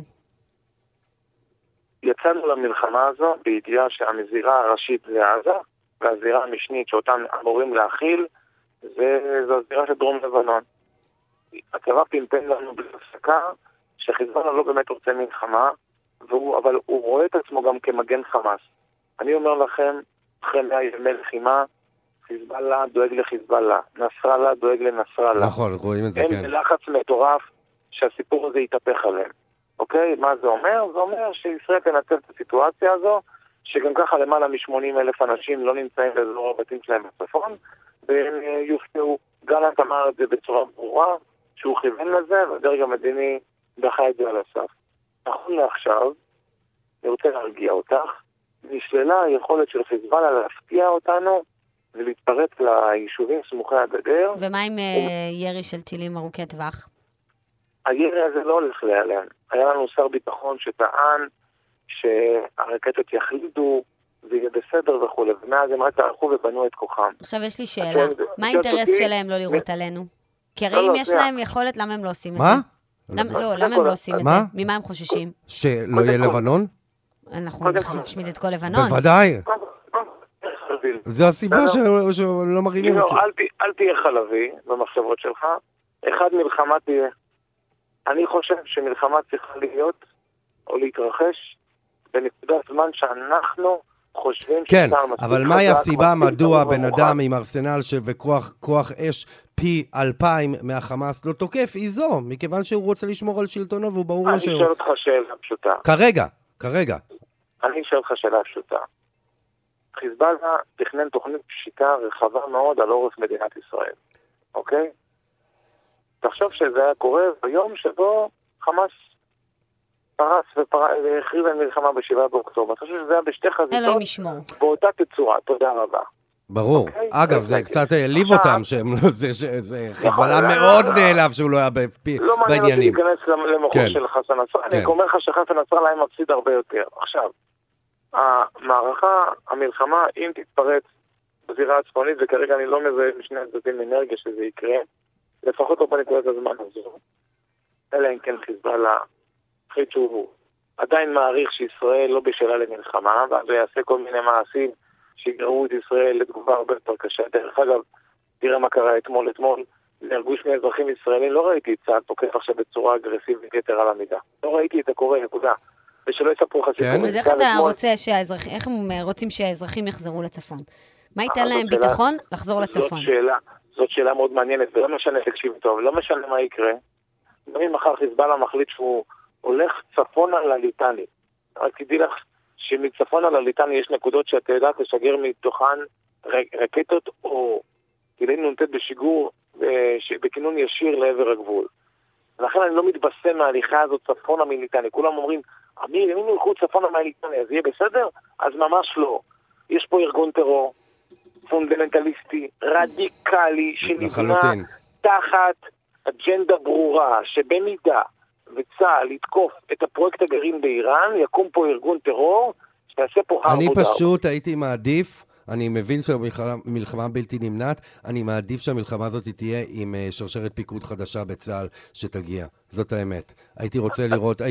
יצאנו למלחמה הזו בידיעה שהמזירה הראשית זה עזה, והזירה המשנית שאותן אמורים להכיל, זו הזירה של דרום לבנון. הצבא פינפן לנו בהפסקה, שחיזבאללה לא באמת רוצה מלחמה, אבל הוא רואה את עצמו גם כמגן חמאס. אני אומר לכם, אחרי 100 ימי לחימה, חיזבאללה דואג לחיזבאללה, נסראללה דואג לנסראללה. נכון, רואים את זה, כן. הם בלחץ מטורף שהסיפור הזה יתהפך עליהם. אוקיי? מה זה אומר? זה אומר שישראל תנצל את הסיטואציה הזו, שגם ככה למעלה מ-80,000 אנשים לא נמצאים באזור הבתים שלהם בצפון, והם יופתעו. גלנט אמר את זה בצורה ברורה, שהוא כיוון לזה, והדרג המדיני דחה את זה על הסף. נכון לעכשיו, אני רוצה להרגיע אותך, נשללה היכולת של חיזבאללה להפתיע אותנו, ולהתפרץ ליישובים סמוכי הגדר. ומה עם ירי של טילים ארוכי טווח? הירי הזה לא הולך להיעלם. היה לנו שר ביטחון שטען שהרקטות יחלידו, זה יהיה בסדר וכו', ומאז הם רק הלכו ובנו את כוחם. עכשיו יש לי שאלה, מה האינטרס שלהם לא לראות עלינו? כי הרי אם יש להם יכולת, למה הם לא עושים את זה? מה? לא, למה הם לא עושים את זה? ממה הם חוששים? שלא יהיה לבנון? אנחנו נשמיד את כל לבנון. בוודאי. זו הסיבה שלא מרימים אותי. אל תהיה חלבי במחשבות שלך. אחד, מלחמה תהיה. אני חושב שמלחמה צריכה להיות או להתרחש בנקודת זמן שאנחנו חושבים... כן, אבל מהי הסיבה מדוע בן אדם עם ארסנל וכוח אש פי 2,000 מהחמאס לא תוקף? היא זו, מכיוון שהוא רוצה לשמור על שלטונו והוא ברור לו שהוא... אני אשאל אותך שאלה פשוטה. כרגע. אני אשאל אותך שאלה פשוטה. חיזבאללה תכנן תוכנית פשיטה רחבה מאוד על אורך מדינת ישראל, אוקיי? תחשוב שזה היה קורה ביום שבו חמאס פרס והכריז על מלחמה ב7 באוקטובר. תחשוב שזה היה בשתי חזיתות. אלוהים ישמור. באותה תצורה, תודה רבה. ברור. אגב, זה קצת העליב אותם, זה חיזבאללה מאוד נעלב שהוא לא היה בעניינים. לא מעניין אותי להיכנס למוחו של חסן נסראללה. אני אומר לך שחסן נסראללה היה מפסיד הרבה יותר. עכשיו, המלחמה, אם תתפרץ בזירה הצפונית, וכרגע אני לא מזהה משני הצדדים אנרגיה שזה יקרה, לפחות לא בנקודת הזמן הזו, אלא אם כן חיזבאללה החליט שהוא עדיין מעריך שישראל לא בשלה למלחמה, ואז הוא יעשה כל מיני מעשים שיגררו את ישראל לתגובה הרבה יותר קשה. דרך אגב, תראה מה קרה אתמול. נהרגו שני אזרחים ישראלים, לא ראיתי את צה"ל תוקף עכשיו בצורה אגרסיבית יתר על המידה. לא ראיתי את הקורא, נקודה. ושלא יספרו לך סיפורים. אז איך אתה רוצה איך הם רוצים שהאזרחים יחזרו לצפון? מה ייתן להם ביטחון לחזור לצפון? זאת שאלה מאוד מעניינת, ולא משנה, תקשיב טוב, לא משנה מה יקרה. אם מחר חיזבאללה מחליט שהוא הולך צפון על הליטני. רק תדעי לך שמצפון על הליטני יש נקודות שאתה יודעת לשגר מתוכן רקטות או טילי נ"ט בשיגור בכינון ישיר לעבר הגבול. ולכן אני לא מתבשם מההליכה הזאת צפונה מליטני. כולם אומרים, אמיר, אם ילכו צפונה מהליטני, אז יהיה בסדר? אז ממש לא. יש פה ארגון טרור פונדמנטליסטי, רדיקלי, שנבנה תחת אג'נדה ברורה, שבמידה וצה"ל יתקוף את הפרויקט הגרעין באיראן, יקום פה ארגון טרור, שתעשה פה אני פשוט הייתי מעדיף, אני מבין שהמלחמה בלתי נמנעת, אני מעדיף שהמלחמה הזאת תהיה עם שרשרת פיקוד חדשה בצה"ל שתגיע. זאת האמת. הייתי רוצה לראות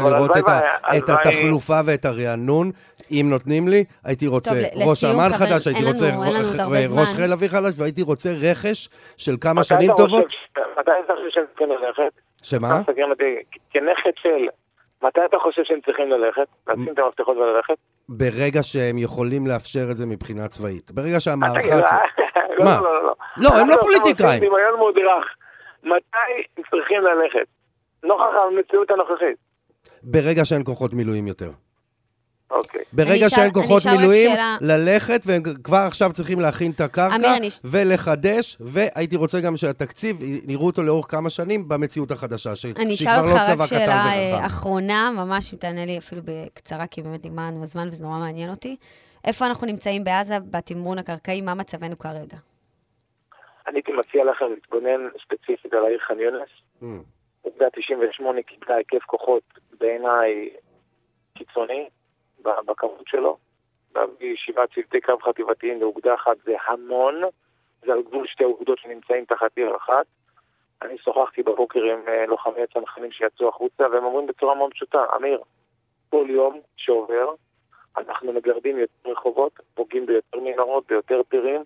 את התחלופה ואת הרענון, אם נותנים לי, הייתי רוצה ראש אמ"ן חדש, הייתי רוצה ראש חיל אוויר חדש, והייתי רוצה רכש של כמה שנים טובות. מתי אתה חושב שהם צריכים ללכת? שמה? כנכד של... מתי אתה חושב שהם צריכים ללכת? לשים את המפתחות וללכת? ברגע שהם יכולים לאפשר את זה מבחינה צבאית. ברגע שהמערכה... מה? לא, הם לא פוליטיקאים. דמיון מודרך. מתי הם צריכים ללכת? נוכח המציאות הנוכחית. ברגע שאין כוחות מילואים יותר. אוקיי. ברגע שאין כוחות מילואים, ללכת, והם כבר עכשיו צריכים להכין את הקרקע, ולחדש, והייתי רוצה גם שהתקציב, נראו אותו לאורך כמה שנים, במציאות החדשה, שהיא כבר לא צבא קטן וחכם. אני אשאל אותך רק שאלה אחרונה, ממש אם תענה לי אפילו בקצרה, כי באמת נגמר לנו הזמן, וזה נורא מעניין אותי. איפה אנחנו נמצאים בעזה, בתמרון הקרקעי, מה מצבנו כרגע? אני הייתי מציע לכם להתבונן ספציפית על העיר ח'אן יונס. עובדה 98 קיבלה היקף כוחות בעיניי קיצוני, בכמות שלו. להביא 7 צוותי קו חטיבתיים לאוגדה אחת זה המון. זה על גבול 2 אוגדות שנמצאים תחת עיר אחת. אני שוחחתי בבוקר עם לוחמי הצנחנים שיצאו החוצה, והם אומרים בצורה מאוד פשוטה, אמיר, כל יום שעובר, אנחנו מגרדים יותר רחובות, פוגעים ביותר מנהרות, ביותר פירים.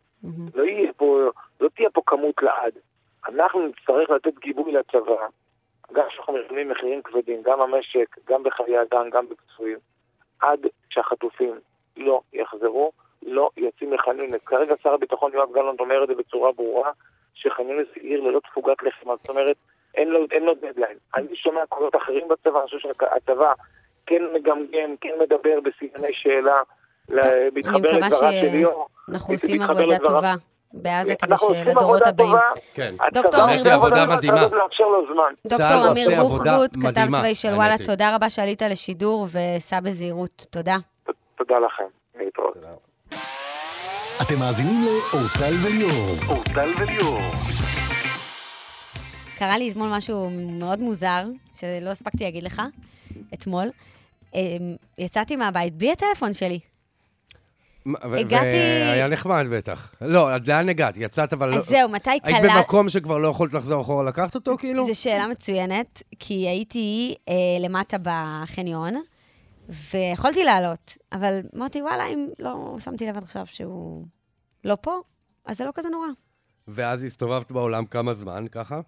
לא תהיה פה כמות לעד. אנחנו נצטרך לתת גיבוי לצבא, גם שאנחנו משלמים מחירים כבדים, גם המשק, גם בחיי אדם, גם בפצועים. עד שהחטופים לא יחזרו, לא יוצאים מח'אן יונס. כרגע שר הביטחון יואב גלנט אומר את זה בצורה ברורה, שח'אן יונס היא עיר ללא תפוגת לחימה. זאת אומרת, אין לו דדליין. אני שומע קולות אחרים בצבא, אני חושב שהצבא כן מגמגם, כן מדבר בסימני שאלה, מתחבר לדברה של ליאור. אנחנו עושים עבודה טובה בעזה כדי שלדורות הבאים. כן, דוקטור אמיר עבודה מדהימה. דוקטור אמיר בוחבוט, כתב צבאי של וואלה, תודה רבה שעלית לשידור וסע בזהירות. תודה. תודה לכם. להתראות. אתם מאזינים לאורטל וליאור. אורטל וליאור. קרה לי אתמול משהו מאוד מוזר, שלא הספקתי להגיד לך, אתמול. יצאתי מהבית בלי הטלפון שלי. והיה נחמד בטח. לא, לאן הגעת? יצאת אבל... אז זהו, מתי קלה... היית במקום שכבר לא יכולת לחזור אחורה לקחת אותו כאילו? זו שאלה מצוינת, כי הייתי למטה בחניון, ויכולתי לעלות, אבל אמרתי, וואלה, אם לא שמתי לב עד עכשיו שהוא לא פה, אז זה לא כזה נורא. ואז הסתובבת בעולם כמה זמן, ככה?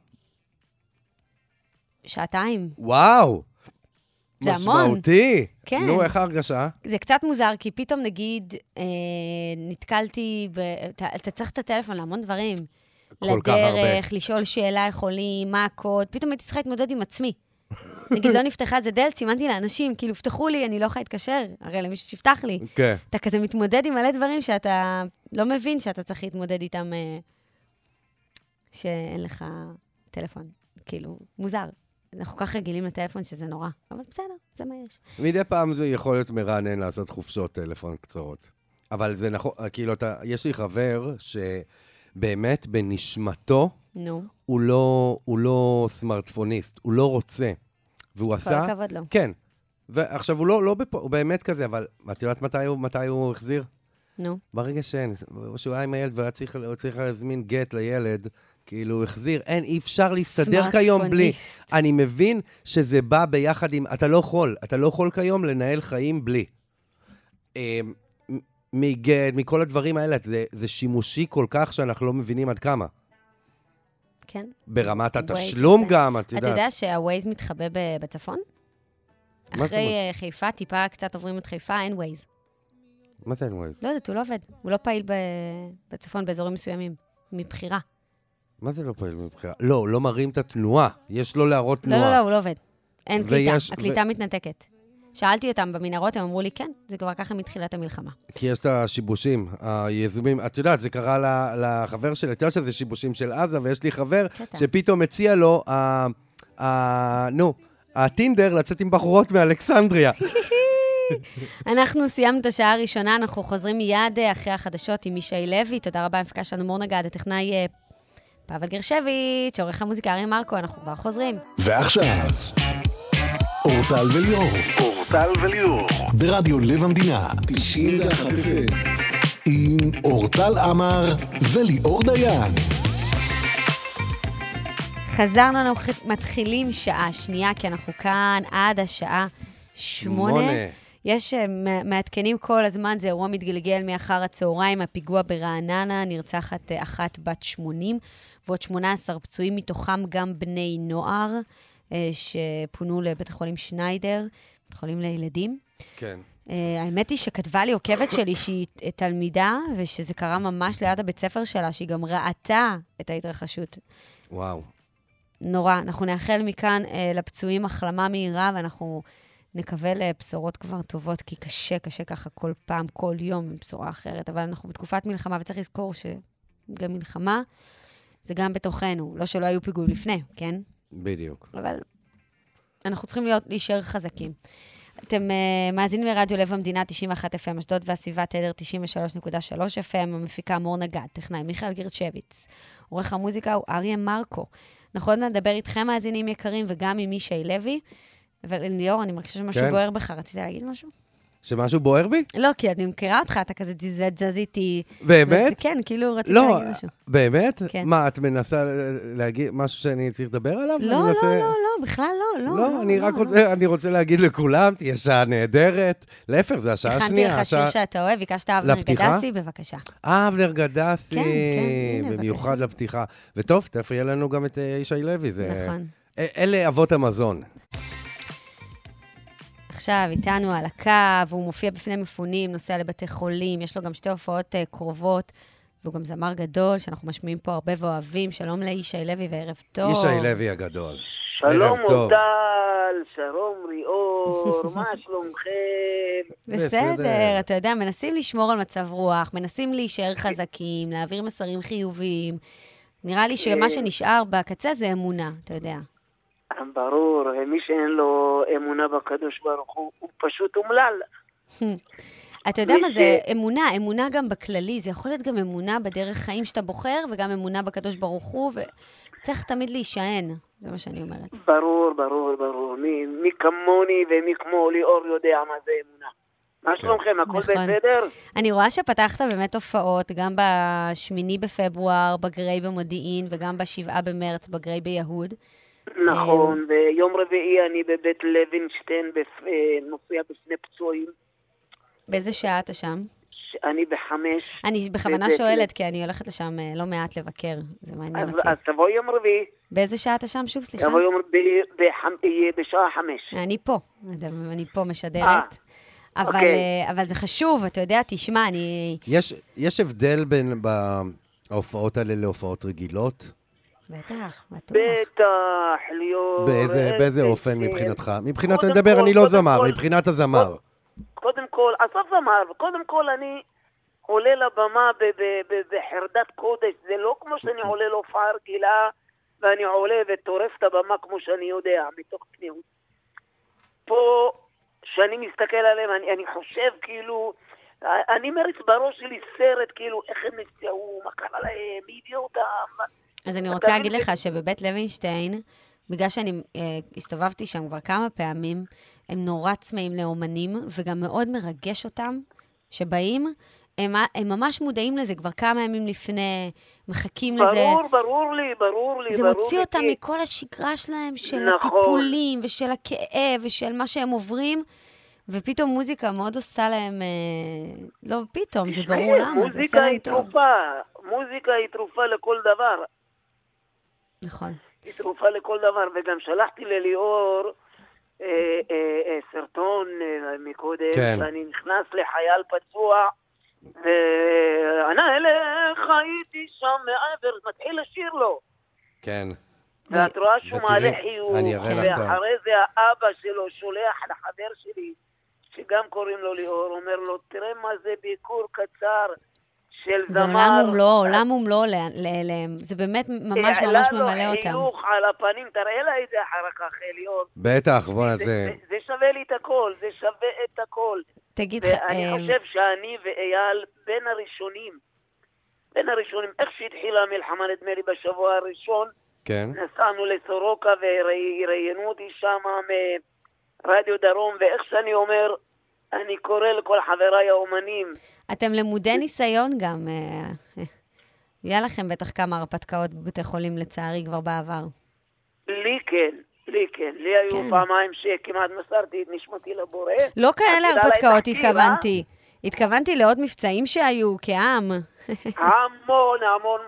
2 וואו! זה המון. משמעותי. כן. נו, איך ההרגשה? זה קצת מוזר, כי פתאום נגיד, נתקלתי, אתה צריך את הטלפון להמון דברים. כל כך הרבה. לדרך, לשאול שאלה יכולים, מה הקוד, פתאום הייתי צריכה להתמודד עם עצמי. נגיד, לא נפתחה איזה דלת, סימנתי לאנשים, כאילו, פתחו לי, אני לא יכולה להתקשר, הרי למישהו שיפתח לי. כן. אתה כזה מתמודד עם מלא דברים שאתה לא מבין שאתה צריך להתמודד איתם, שאין לך טלפון. כאילו, מוזר. אנחנו כל כך רגילים לטלפון שזה נורא. אבל בסדר, זה מה יש. מדי פעם זה יכול להיות מרענן לעשות חופשות טלפון קצרות. אבל זה נכון, כאילו, יש לי חבר שבאמת בנשמתו, הוא לא סמארטפוניסט, הוא לא רוצה. והוא עשה... כל הכבוד לו. כן. ועכשיו הוא באמת כזה, אבל את יודעת מתי הוא החזיר? נו. ברגע שהוא היה עם הילד והיה צריך להזמין גט לילד, כאילו, החזיר. אי אפשר להסתדר כיום בלי. אני מבין שזה בא ביחד עם... אתה לא יכול כיום לנהל חיים בלי. מגד, מכל הדברים האלה, זה שימושי כל כך שאנחנו לא מבינים עד כמה. כן. ברמת התשלום גם, את יודעת. אתה יודע שהווייז מתחבא בצפון? אחרי חיפה, טיפה קצת עוברים את חיפה, אין ווייז. מה זה אין ווייז? לא יודעת, הוא לא עובד. הוא לא פעיל בצפון באזורים מסוימים, מבחירה. מה זה לא פעיל מבחירה? לא מראים את התנועה. יש לו להראות תנועה. לא, הוא לא עובד. אין קליטה, הקליטה מתנתקת. שאלתי אותם במנהרות, הם אמרו לי, כן, זה כבר ככה מתחילת המלחמה. כי יש את השיבושים, היזומים, את יודעת, זה קרה לחבר שלי, את יודעת שזה שיבושים של עזה, ויש לי חבר שפתאום מציע לו, הטינדר לצאת עם בחורות מאלכסנדריה. אנחנו סיימנו את השעה הראשונה, אנחנו חוזרים מיד אחרי החדשות עם מישי לוי. תודה רבה, המפיקה שלנו מור נגד, הטכנאי פאבל גרשביץ', עורך המוזיקה אריה מרקו, אנחנו כבר חוזרים. ועכשיו, אורטל וליאור. ברדיו לב המדינה, 91 FM. עם אורטל עמר וליאור דיין. חזרנו, אנחנו מתחילים שעה שנייה, כי אנחנו כאן עד השעה 8. יש מעדכנים כל הזמן, זה אירוע מתגלגל מאחר הצהריים, הפיגוע ברעננה, נרצחת אחת בת 80, ועוד 18 פצועים, מתוכם גם בני נוער, שפונו לבית החולים שניידר, בית החולים לילדים. כן. האמת היא שכתבה לי עוקבת שלי שהיא תלמידה, ושזה קרה ממש ליד הבית ספר שלה, שהיא גם ראתה את ההתרחשות. וואו. נורא. אנחנו נאחל מכאן לפצועים החלמה מהירה, ואנחנו נקווה לבשורות כבר טובות, כי קשה ככה כל פעם, כל יום, עם בשורה אחרת. אבל אנחנו בתקופת מלחמה, וצריך לזכור שגם מלחמה, זה גם בתוכנו. לא שלא היו פיגועים לפני, כן? בדיוק. אבל אנחנו צריכים להישאר חזקים. אתם מאזינים לרדיו לב המדינה 91 FM, אשדוד והסביבה תדר 93.3 FM, המפיקה מור נגד, טכנאי מיכאל גרצ'ביץ. עורך המוזיקה הוא אריה מרקו. נכון, נדבר איתכם מאזינים יקרים וגם עם מישי לוי. אבל ליאור, אני מרגישה שמשהו בוער בך. רצית להגיד משהו? שמשהו בוער בי? לא, כי אני מכירה אותך, אתה כזה זזיתי. באמת? כן, כאילו רצית להגיד משהו. באמת? מה, את מנסה להגיד משהו שאני צריך לדבר עליו? לא, בכלל לא. לא, אני רוצה להגיד לכולם, תהיה שעה נהדרת. להפך, זו השעה השנייה. הכנתי לך שיר שאתה אוהב, ביקשת אבנר גדסי, בבקשה. אבנר גדסי, במיוחד לפתיחה. וטוב, תפריע לנו גם את ישי לוי. נכון. אלה אבות המזון. עכשיו איתנו על הקו, הוא מופיע בפני מפונים, נוסע לבתי חולים, יש לו גם 2 הופעות קרובות, והוא גם זמר גדול, שאנחנו משמיעים פה הרבה ואוהבים. שלום לישי לוי וערב טוב. ישי לוי הגדול. שלום אורטל, שלום ליאור, מה שלומכם? בסדר, אתה יודע, מנסים לשמור על מצב רוח, מנסים להישאר חזקים, להעביר מסרים חיוביים. נראה לי שמה שנשאר בקצה זה אמונה, אתה יודע. ברור, מי שאין לו אמונה בקדוש ברוך הוא פשוט אומלל. אתה יודע מה זה אמונה גם בכללי, זה יכול להיות גם אמונה בדרך חיים שאתה בוחר, וגם אמונה בקדוש ברוך הוא, וצריך תמיד להישען, זה מה שאני אומרת. ברור, מי כמוני ומי כמו ליאור יודע מה זה אמונה. מה שלומכם, הכל בסדר? אני רואה שפתחת באמת הופעות, גם ב8 בפברואר בגרי במודיעין, וגם ב7 במרץ בגרי ביהוד. נכון, ביום רביעי אני בבית לוינשטיין נופיע בפני פצועים. באיזה שעה אתה שם? אני ב5. אני בכוונה שואלת, כי אני הולכת לשם לא מעט לבקר, זה מעניין אותי. אז תבוא יום רביעי. באיזה שעה אתה שם? שוב, סליחה. תבוא יום רביעי בשעה 5. אני פה משדרת. אבל זה חשוב, אתה יודע, תשמע, יש הבדל בין ההופעות האלה להופעות רגילות? בטח, ליאור. באיזה אופן מבחינתך? מבחינת לדבר, אני לא זמר, מבחינת הזמר. קודם כל, עזוב זמר, קודם כל אני עולה לבמה בחרדת קודש, זה לא כמו שאני עולה להופעה רגילה, ואני עולה וטורף את הבמה כמו שאני יודע, מתוך פנימות. פה, שאני מסתכל עליהם, אני חושב כאילו, אני מריץ בראש שלי סרט, כאילו, איך הם נפצעו, מה קרה להם, מי הביא אותם. אז אני רוצה להגיד לך שבבית לוינשטיין, בגלל שאני הסתובבתי שם כבר כמה פעמים, הם נורא צמאים לאומנים, וגם מאוד מרגש אותם שבאים, הם ממש מודעים לזה, כבר כמה ימים לפני, מחכים לזה. ברור לי. זה מוציא אותם מכל השגרה שלהם, של הטיפולים ושל הכאב ושל מה שהם עוברים, ופתאום מוזיקה מאוד עושה להם, לא פתאום, זה ברור למה, זה עושה להם טוב. מוזיקה היא תרופה לכל דבר. נכון. היא תרופה לכל דבר, וגם שלחתי לליאור סרטון מקודם, שאני נכנס לחייל פצוע, וענה אליך הייתי שם מעבר, מתחיל לשיר לו. כן. ואת רואה שהוא מעלה חיוך, ואחרי זה האבא שלו שולח לחבר שלי, שגם קוראים לו ליאור, אומר לו, תראה מה זה ביקור קצר של זמר. זה עולם ומלואו אליהם. זה באמת ממש ממלא אותם. העלה לו חיוך על הפנים, תראה לה את זה אחר כך, ליאור. בטח, בוא נעשה. זה שווה לי את הכל, זה שווה את הכל. תגיד, ואני חושב שאני ואייל בין הראשונים, איך שהתחילה המלחמה, נדמה לי בשבוע הראשון, נסענו לסורוקה וראיינו אותי שם מרדיו דרום, ואיך שאני אומר, אני קורא לכל חבריי האומנים. אתם למודי ניסיון גם. היה לכם בטח כמה הרפתקאות בבתי חולים לצערי כבר בעבר. לי כן. לי היו פעמיים שכמעט מסרתי את נשמתי לבורא. לא כאלה הרפתקאות התכוונתי. התכוונתי לעוד מבצעים שהיו כעם. המון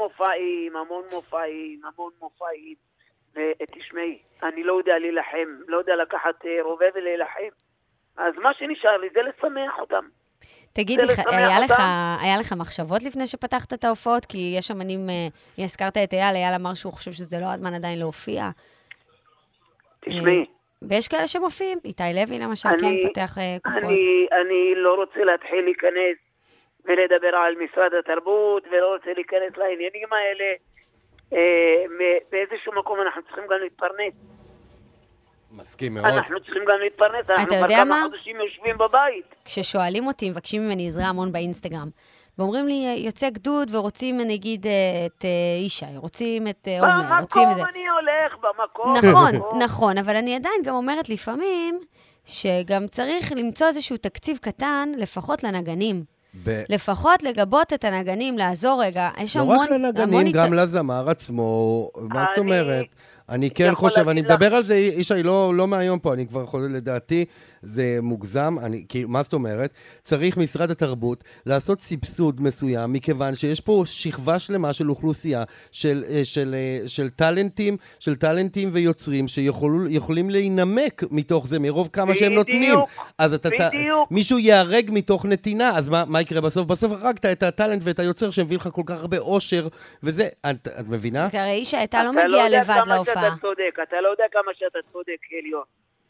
מופעים. ותשמעי, אני לא יודע להילחם, לא יודע לקחת רובה ולהילחם. אז מה שנשאר לי זה לשמח אותם. תגיד, היה לך מחשבות לפני שפתחת את ההופעות? כי יש אמנים, הזכרת את אייל אמר שהוא חושב שזה לא הזמן עדיין להופיע. תשמעי. ויש כאלה שמופיעים, איתי לוי למשל, כן פותח קופות. אני לא רוצה להתחיל להיכנס ולדבר על משרד התרבות, ולא רוצה להיכנס לעניינים האלה. באיזשהו מקום אנחנו צריכים גם להתפרנס. מסכים מאוד. אנחנו צריכים גם להתפרנס, אנחנו כבר כמה חודשים יושבים בבית. כששואלים אותי, מבקשים ממני עזרה המון באינסטגרם, ואומרים לי, יוצא גדוד ורוצים, נגיד, את אישי, רוצים את עומר, רוצים את זה. במקום אני הולך, במקום. נכון, אבל אני עדיין גם אומרת לפעמים, שגם צריך למצוא איזשהו תקציב קטן, לפחות לנגנים. לפחות לגבות את הנגנים, לעזור רגע. לא רק לנגנים, גם לזמר עצמו, מה זאת אומרת? אני כן חושב, אני מדבר על זה, אישי, לא מהיום פה, אני כבר חושב, לדעתי, זה מוגזם, מה זאת אומרת? צריך משרד התרבות לעשות סבסוד מסוים, מכיוון שיש פה שכבה שלמה של אוכלוסייה, של טלנטים ויוצרים, שיכולים להינמק מתוך זה, מרוב כמה שהם נותנים. אז מישהו יהרג מתוך נתינה, אז מה יקרה בסוף? בסוף הרגת את הטלנט ואת היוצר שמביא לך כל כך הרבה אושר, וזה, את מבינה? הרי אישה, אתה לא מגיע לבד להופעה. אתה לא יודע כמה שאתה צודק, אליון.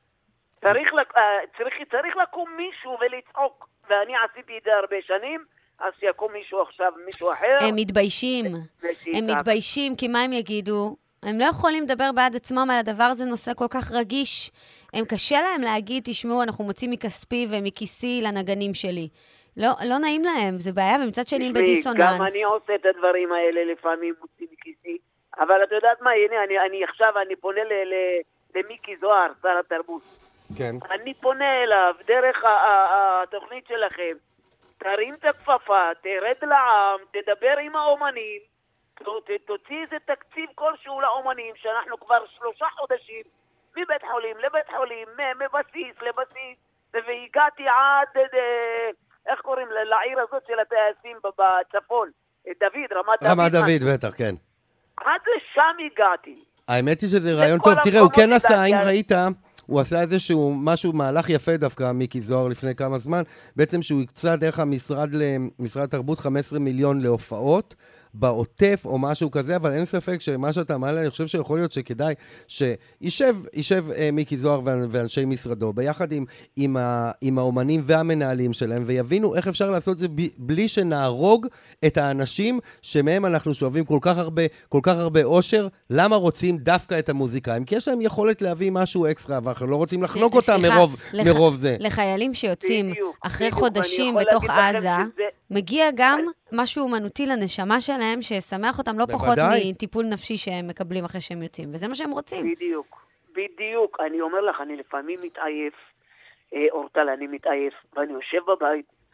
צריך לקום מישהו ולצעוק, ואני עשיתי את זה הרבה שנים, אז שיקום מישהו עכשיו, מישהו אחר. הם מתביישים, כי מה הם יגידו? הם לא יכולים לדבר בעד עצמם על הדבר הזה, נושא כל כך רגיש. הם קשה להם להגיד, תשמעו, אנחנו מוצאים מכספי ומכיסי לנגנים שלי. לא נעים להם, זה בעיה, ומצד שני בדיסוננס. גם אני עושה את הדברים האלה, לפעמים מוצאים מכיסי. אבל את יודעת מה, הנה, אני פונה למיקי זוהר, שר התרבות. כן. אני פונה אליו דרך התוכנית שלכם. תרים את הכפפה, תרד לעם, תדבר עם האומנים, תוציא איזה תקציב כלשהו לאומנים, שאנחנו כבר 3 חודשים מבית חולים לבית חולים, מבסיס לבסיס, והגעתי עד, איך קוראים, לעיר הזאת של הטייסים בצפון, רמת דוד, בטח, כן. עד לשם הגעתי. האמת היא שזה רעיון טוב. תראה, הוא כן עשה, אם ראית, הוא עשה איזשהו מהלך יפה דווקא, מיקי זוהר, לפני כמה זמן, בעצם שהוא יקצה דרך משרד התרבות 15 מיליון להופעות, בעוטף או משהו כזה, אבל אין ספק שמה שאתה מעלה, אני חושב שיכול להיות שכדאי שישב מיקי זוהר ואנשי משרדו, ביחד עם האומנים והמנהלים שלהם, ויבינו איך אפשר לעשות את זה בלי שנהרוג את האנשים שמהם אנחנו שואבים כל כך הרבה אושר. למה רוצים דווקא את המוזיקאים? כי יש להם יכולת להביא משהו אקסטרה, ואנחנו לא רוצים לחנוק אותם מרוב זה. לחיילים שיוצאים אחרי חודשים בתוך עזה, מגיע גם משהו אומנותי לנשמה שלהם, ששמח אותם לא פחות מטיפול נפשי שהם מקבלים אחרי שהם יוצאים, וזה מה שהם רוצים. בדיוק. אני אומר לך, אני לפעמים מתעייף, אורטל, אני מתעייף, ואני יושב בבית,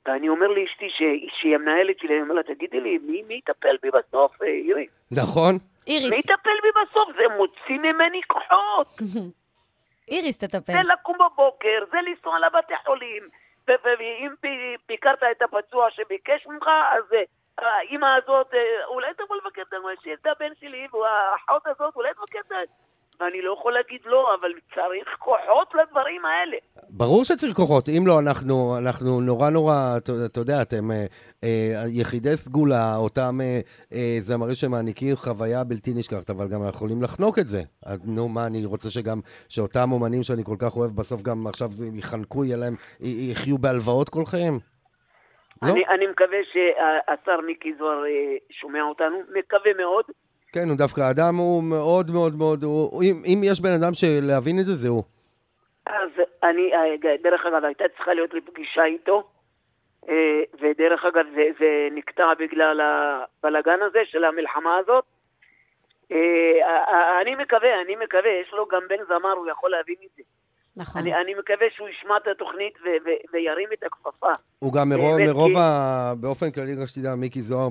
ואני אומר לאשתי שהיא המנהלת שלי, אני אומר לה, תגידי לי, מי יטפל בי בסוף, איריס? נכון. איריס. מי יטפל בי בסוף? זה מוציא ממני כוחות. איריס תטפל. זה לקום בבוקר, זה לנסוע לבתי חולים, ואם ביקרת את הפצוע שביקש ממך, אז האמא הזאת, אולי תבוא לבקר את הבן שלי, והאחות הזאת, אולי תבקר את... ואני לא יכול להגיד לא, אבל צריך כוחות לדברים האלה. ברור שצריך כוחות, אם לא, אנחנו נורא, אתה יודע, אתם יחידי סגולה, אותם זמרים שמעניקים חוויה בלתי נשכחת, אבל גם יכולים לחנוק את זה. נו, מה, אני רוצה שאותם אומנים שאני כל כך אוהב, בסוף גם עכשיו יחנקו, יחיו בהלוואות כל חיים? אני מקווה שהשר מיקי זוהר שומע אותנו, מקווה מאוד. כן, הוא דווקא אדם, הוא מאוד מאוד מאוד, אם יש בן אדם שלהבין את זה, זהו. אז דרך אגב, הייתה צריכה להיות לי פגישה איתו, ודרך אגב, זה נקטע בגלל הבלגן הזה של המלחמה הזאת. אני מקווה, יש לו גם בן זמר, הוא יכול להבין את זה. נכון. אני מקווה שהוא ישמע את התוכנית וירים את הכפפה. הוא גם באופן כללי, רק שתדע, מיקי זוהר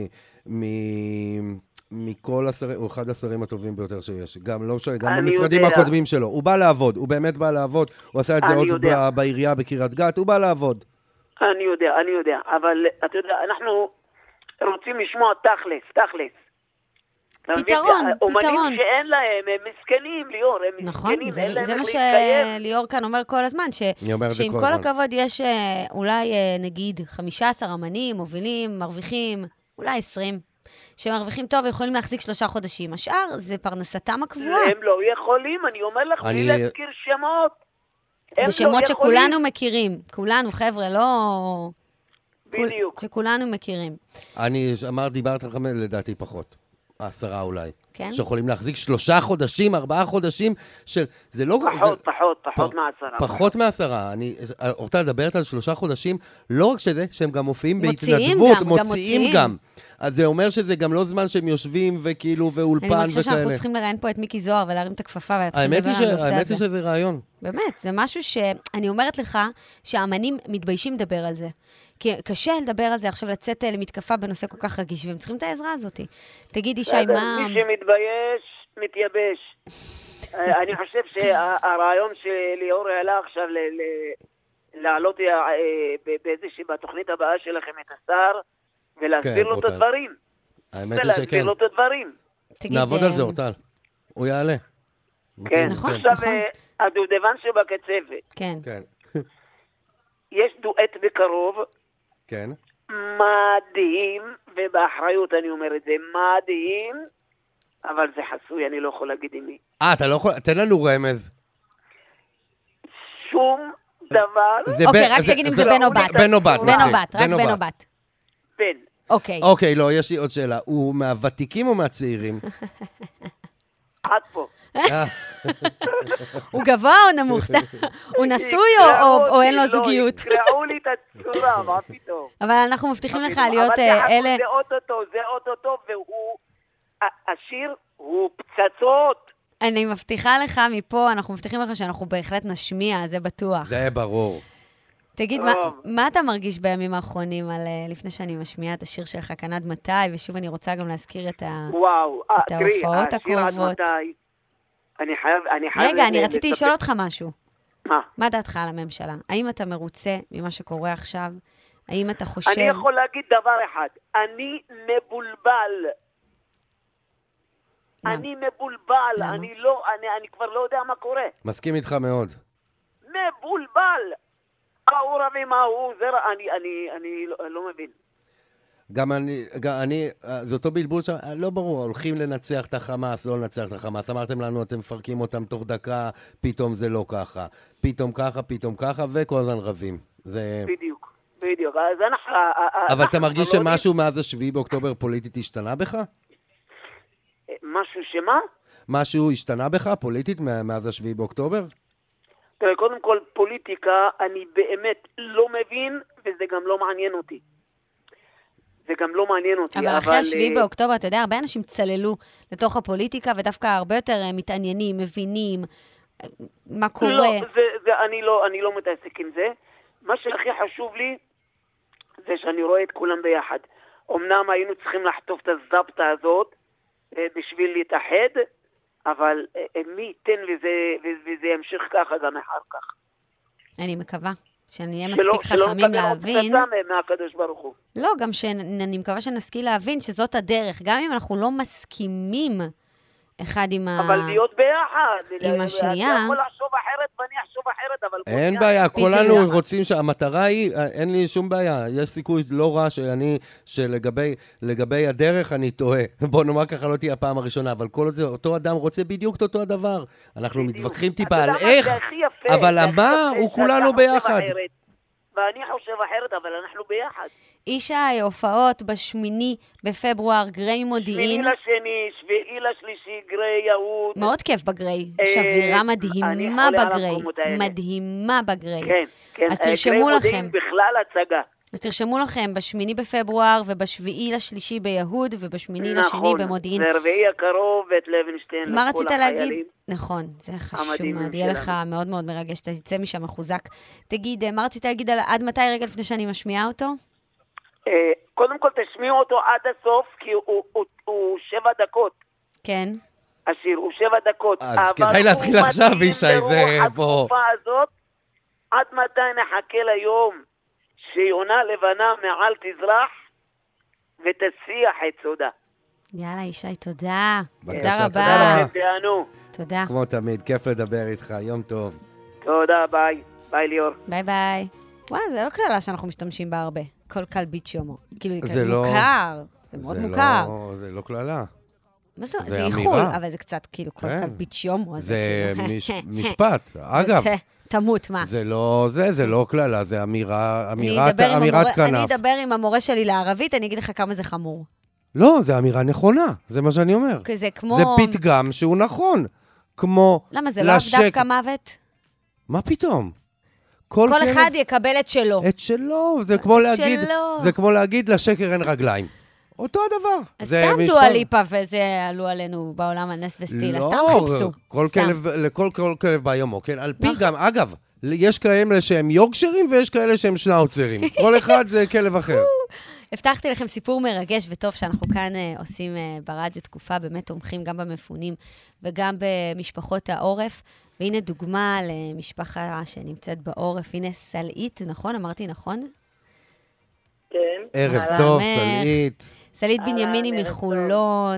מכל השרים, הוא אחד השרים הטובים ביותר שיש. גם במשרדים הקודמים שלו. הוא בא לעבוד, הוא באמת בא לעבוד. הוא עשה את זה עוד בעירייה בקריית גת, הוא בא לעבוד. אני יודע. אבל אתה יודע, אנחנו רוצים לשמוע תכלס. פתרון. אומנים שאין להם, הם מסכנים, ליאור, הם מסכנים. נכון, זה מה שליאור כאן אומר כל הזמן, שעם כל הכבוד יש אולי נגיד 15 אמנים, מובילים, מרוויחים, אולי 20. שמרוויחים טוב ויכולים להחזיק 3 חודשים. השאר זה פרנסתם הקבועה. הם לא יכולים, אני אומר לך, בלי להזכיר שמות. ושמות שכולנו מכירים. כולנו, חבר'ה, לא... בדיוק. שכולנו מכירים. דיברת לכם לדעתי פחות. 10 אולי. כן? שיכולים להחזיק 3 חודשים, 4 חודשים של... זה לא... פחות מ10. פחות מ10. אני רוצה לדברת על 3 חודשים, לא רק שזה, שהם גם מופיעים בהתנדבות, מוציאים גם. אז זה אומר שזה גם לא זמן שהם יושבים וכאילו ואולפן וכאלה. אני חושב שאנחנו צריכים לראיין פה את מיקי זוהר ולהרים את הכפפה ולהתחיל לדבר על הנושא הזה. האמת היא שזה רעיון. באמת, זה משהו שאני אומרת לך שהאמנים מתביישים לדבר על זה. כי קשה לדבר על זה עכשיו לצאת למתקפה בנושא כל כך רגיש, והם צריכים את העזרה הזאת. תגיד ישי, מה... מי שמתבייש, מתייבש. אני חושב שהרעיון שליאור העלה עכשיו לעלות באיזושהי בתוכנית הבאה שלכם את השר, ולהסביר לו את הדברים. האמת היא שכן. נעבוד על זה, אורטל. הוא יעלה. כן, עכשיו הדובדבן שבקצפת. כן. יש דואט בקרוב. כן. מדהים, ובאחריות אני אומר את זה, מדהים, אבל זה חסוי, אני לא יכול להגיד עם מי. אתה לא יכול, תן לנו רמז. שום דבר. אוקיי, רק תגיד אם זה בן או בת. בן או בת. רק בן או בת. בן. אוקיי, לא, יש לי עוד שאלה. הוא מהוותיקים או מהצעירים? עד פה. הוא גבוה או נמוך? הוא נשוי או אין לו זוגיות? תקראו לי את הצורה, מה פתאום? אבל אנחנו מבטיחים לך להיות אלה... זה אוטוטו, והוא... השיר הוא פצצות. אני מבטיחה לך מפה, אנחנו מבטיחים לך שאנחנו בהחלט נשמיע, זה בטוח. זה ברור. תגיד, מה אתה מרגיש בימים האחרונים לפני שאני משמיעה את השיר שלך, כאן עד מתי, ושוב אני רוצה גם להזכיר את ההופעות הקרובות. אני חייב... רגע, אני רציתי לשאול אותך משהו. מה? מה דעתך על הממשלה? האם אתה מרוצה ממה שקורה עכשיו? האם אתה חושב... אני יכול להגיד דבר אחד. אני מבולבל. אני מבולבל. אני כבר לא יודע מה קורה. מסכים איתך מאוד. מבולבל. ההוא רבים, ההוא, אני לא מבין. גם אני, זה אותו בלבול שם, לא ברור, הולכים לנצח את החמאס, לא לנצח את החמאס. אמרתם לנו, אתם מפרקים אותם תוך דקה, פתאום זה לא ככה. פתאום ככה, וכל הזמן רבים. בדיוק. אז אבל אתה מרגיש שמשהו מאז 7 באוקטובר פוליטית השתנה בך? משהו שמה? משהו השתנה בך פוליטית מאז 7 באוקטובר? תראה, קודם כל, פוליטיקה, אני באמת לא מבין, וזה גם לא מעניין אותי. אבל אחרי 7 באוקטובר, אתה יודע, הרבה אנשים צללו לתוך הפוליטיקה, ודווקא הרבה יותר מתעניינים, מבינים מה קורה. לא, אני לא מתעסק עם זה. מה שהכי חשוב לי, זה שאני רואה את כולם ביחד. אמנם היינו צריכים לחטוף את הזבטה הזאת בשביל להתאחד, אבל מי ייתן וזה ימשיך ככה גם אחר כך. אני מקווה שנהיה מספיק חכמים להבין. שלא נקבל עוד מהקדוש ברוך הוא. לא, גם שאני מקווה שנשכיל להבין שזאת הדרך, גם אם אנחנו לא מסכימים אחד עם אבל להיות ביחד. עם השנייה. אני יכול לחשוב אחרת ואני אחשוב אחרת, אבל... אין בעיה, כולנו רוצים שהמטרה היא, אין לי שום בעיה, יש סיכוי לא רע שלגבי הדרך אני טועה. בוא נאמר ככה, לא תהיה הפעם הראשונה, אבל כל זה, אותו אדם רוצה בדיוק אותו הדבר. אנחנו מתווכחים טיפה על איך, אבל מה הוא כולנו ביחד. ואני חושב אחרת, אבל אנחנו ביחד. ישי, הופעות בשמיני בפברואר, גרי מודיעין. שמיני לשני, שביעי לשלישי, גרי יהוד. מאוד כיף בגרי. שבירה מדהימה בגרי. מדהימה בגרי. כן, כן. אז תרשמו לכם. בכלל הצגה. אז תרשמו לכם בשמיני בפברואר ובשביעי לשלישי ביהוד ובשמיני לשני במודיעין. נכון, זה רביעי הקרוב ואת לוינשטיין. מה רצית להגיד? נכון, זה חשוב מאוד. יהיה לך מאוד מאוד מרגש, אתה תצא משם מחוזק. תגיד, מה רצית להגיד על עד מתי רגע לפני שאני משמיעה אותו? קודם כל תשמיעו אותו עד הסוף, כי הוא 7 דקות. כן. השיר, הוא 7 דקות. אז כדאי להתחיל עכשיו, ישי, זה פה. התקופה הזאת, עד מתי נחכה ליום שיונה לבנה מעל תזרח ותסיח את סודה. יאללה, ישי, תודה. תודה רבה. תודה. כמו תמיד, כיף לדבר איתך, יום טוב. תודה, ביי. ביי ליאור. ביי ביי. וואלה, זה לא כללה שאנחנו משתמשים בה הרבה. כל קל ביץ' יומו. כאילו, זה לא... מוכר. זה מאוד מוכר. זה לא כללה. זה איחול, אבל זה קצת כאילו כל קל ביץ' יומו. זה משפט. אגב. תמות, מה? זה לא כללה, זה אמירת כנף. אני אדבר עם המורה שלי לערבית, אני אגיד לך כמה זה חמור. לא, זה אמירה נכונה, זה מה שאני אומר. זה כמו... זה פתגם שהוא נכון. כמו... למה, זה לא דווקא מוות? מה פתאום? כל אחד יקבל את שלו. את שלו, זה כמו להגיד לשקר אין רגליים. אותו הדבר. אז סתם דואה ליפה וזה עלו עלינו בעולם הנס וסטילה. סתם חיפשו. לכל כלב ביומו, כן? על פי גם, אגב, יש כאלה שהם יורקשרים ויש כאלה שהם שנאוצרים. כל אחד זה כלב אחר. הבטחתי לכם סיפור מרגש וטוב שאנחנו כאן עושים ברדיו תקופה, באמת תומכים גם במפונים וגם במשפחות העורף. והנה דוגמה למשפחה שנמצאת בעורף. הנה סלעית, נכון? אמרתי נכון? כן. ערב טוב, סלעית. סלעית בנימיני מחולון.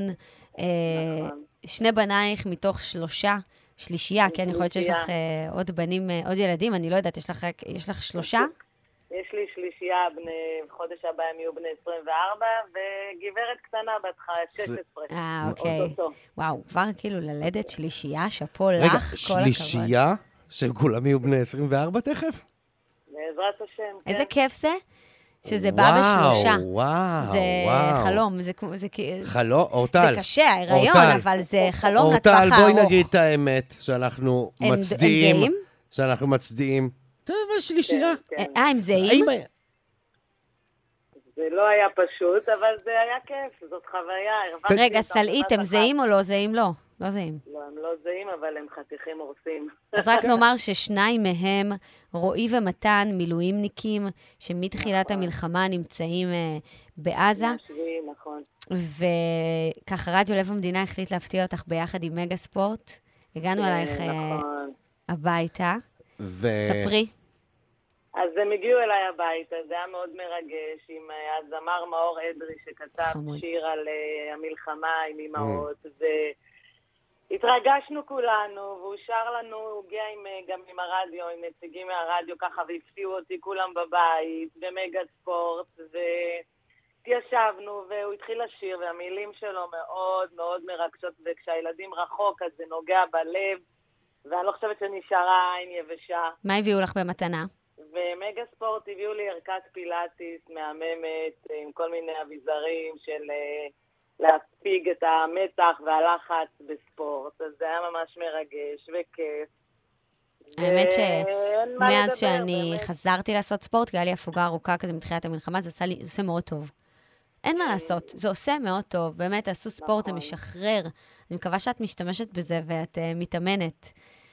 2 בנייך מתוך 3, שלישייה, כי אני חושבת שיש לך עוד בנים, עוד ילדים, אני לא יודעת, יש לך 3? יש לי שלישייה, חודש הבא הם יהיו בני 24, וגברת קטנה בת 16. אוקיי. וואו, כבר כאילו ללדת שלישייה, שפו לך, כל הכבוד. רגע, שלישייה? שכולם יהיו בני 24 תכף? בעזרת השם, כן. איזה כיף זה? שזה בא ב3. וואו. זה חלום, חלום, אורטל. זה קשה, ההיריון, אבל זה חלום לטווח הארוך. אורטל, בואי נגיד את האמת, שאנחנו מצדיעים. הם זהים? שאנחנו מצדיעים. טוב, שלישייה. הם זהים? זה לא היה פשוט, אבל זה היה כיף, זאת חוויה. רגע, סלעית, הם זהים או לא זהים? לא, לא זהים. לא, הם לא זהים, אבל הם חתיכים הורסים. אז רק נאמר ש2 מהם, רועי ומתן, מילואימניקים, שמתחילת המלחמה נמצאים בעזה. נכון. וככה רדיו לב המדינה החליט להפתיע אותך ביחד עם מגה ספורט. הגענו עלייך הביתה. ספרי. אז הם הגיעו אליי הביתה, זה היה מאוד מרגש, עם הזמר מאור אדרי שכתב שיר על המלחמה עם אמהות, והתרגשנו כולנו, והוא שר לנו, הוא הגיע גם עם הרדיו, עם נציגים מהרדיו ככה, והפתיעו אותי כולם בבית, במגה ספורט, וישבנו, והוא התחיל לשיר, והמילים שלו מאוד מאוד מרגשות, וכשהילדים רחוק אז זה נוגע בלב, ואני לא חושבת שנשארה עין יבשה. מה הביאו לך במתנה? ומגה ספורט הביאו לי ערכת פילאטיס מהממת עם כל מיני אביזרים של להספיג את המתח והלחץ בספורט. אז זה היה ממש מרגש וכיף. האמת שמאז שאני חזרתי לעשות ספורט, כי היה לי הפוגה ארוכה כזה מתחילת המלחמה, זה עושה מאוד טוב. אין מה לעשות, זה עושה מאוד טוב. באמת, תעשו ספורט, זה משחרר. אני מקווה שאת משתמשת בזה ואת מתאמנת.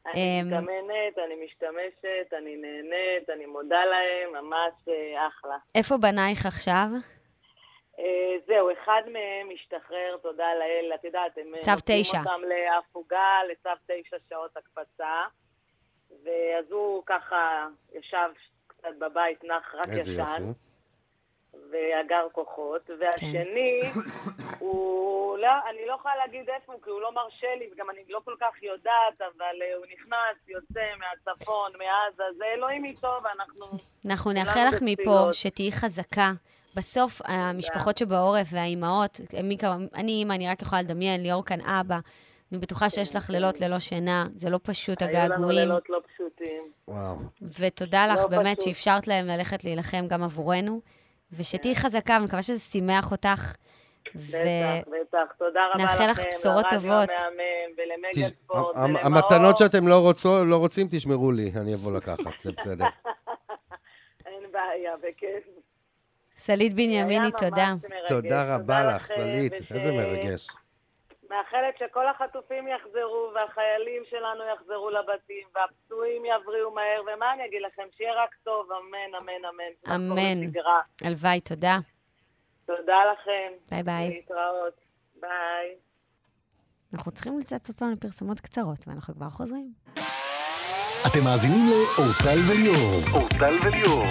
אני מתאמנת, אני משתמשת, אני נהנית, אני מודה להם, ממש אחלה. איפה בנייך עכשיו? זהו, אחד מהם משתחרר, תודה לאל, את יודעת, הם צו 9. אותם להפוגה, לצו 9 שעות הקפצה, ואז הוא ככה ישב קצת בבית, נח רק ישן, ואגר כוחות, והשני, הוא, לא, אני לא יכולה להגיד איפה, כי הוא לא מרשה לי, וגם אני לא כל כך יודעת, אבל הוא נכנס, יוצא מהצפון, מעזה, זה אלוהים איתו, אנחנו נאחל לך מפה שתהי חזקה. בסוף, המשפחות שבעורף והאימהות, אני אימא, אני רק יכולה לדמיין, ליאור כאן אבא, אני בטוחה שיש לך לילות ללא שינה, זה לא פשוט, הגעגועים. היו לנו לילות לא פשוטים. וואו. ותודה לך באמת שאפשרת להם ללכת להילחם גם עבורנו, ושתהי חזקה, אני מקווה שזה שימח אותך. בטח, תודה רבה לכם, נאחל לך בשורות טובות. ולמגה ספורט, ולמאור. המתנות שאתם לא רוצים, תשמרו לי, אני אבוא לקחת, זה בסדר. אין בעיה, בכיף. סלית בנימיני, תודה. תודה רבה לך, סלית, איזה מרגש. מאחלת שכל החטופים יחזרו, והחיילים שלנו יחזרו לבתים, והפצועים יבריאו מהר, ומה אני אגיד לכם? שיהיה רק טוב, אמן, אמן, אמן. אמן. הלוואי, תודה. תודה לכם. ביי ביי. להתראות. ביי. אנחנו צריכים לצאת עוד פעם לפרסומות קצרות, ואנחנו כבר חוזרים. אתם מאזינים לאורטל וליאור. אורטל וליאור.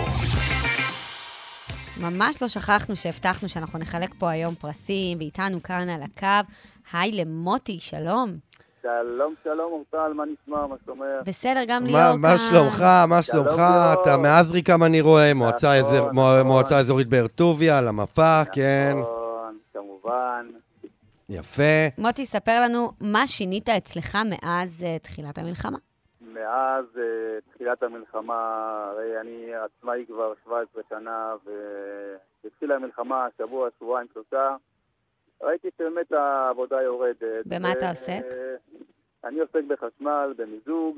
ממש לא שכחנו שהבטחנו שאנחנו נחלק פה היום פרסים, ואיתנו כאן על הקו. היי למוטי, שלום. שלום, שלום, אורטל, מה נשמע, מה שומע? בסדר, גם ליאור כאן. מה שלומך, מה שלומך? אתה מעזריקם אני רואה, מועצה אזורית באר טוביה, על המפה, כן. נכון, כמובן. יפה. מוטי, ספר לנו מה שינית אצלך מאז תחילת המלחמה. מאז תחילת המלחמה, הרי אני עצמאי כבר 17 שנה, והתחילה המלחמה, שבוע, שבועיים, 3, ראיתי שבאמת העבודה יורדת. במה אתה עוסק? אני עוסק בחשמל, במיזוג,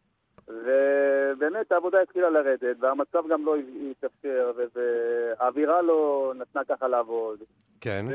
ובאמת העבודה התחילה לרדת, והמצב גם לא התאפשר, והאווירה לא נתנה ככה לעבוד. כן.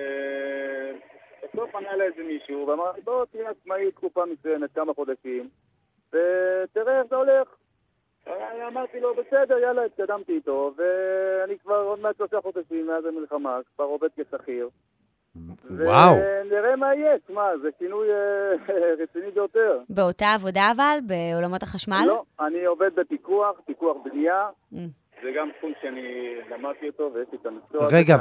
בסוף ענה לאיזה מישהו, ואמר, בוא תהיה עצמאי תקופה מסוימת, כמה חודשים, ותראה איך זה הולך. אמרתי לו, בסדר, יאללה, התקדמתי איתו, ואני כבר עוד מעט 3 חודשים מאז המלחמה, כבר עובד כשכיר. וואו. ונראה מה יהיה, תשמע, זה שינוי רציני ביותר. באותה עבודה אבל, בעולמות החשמל? לא, אני עובד בפיקוח, פיקוח בנייה, זה גם תחום שאני למדתי אותו, ויש לי את המקצוע. רגע,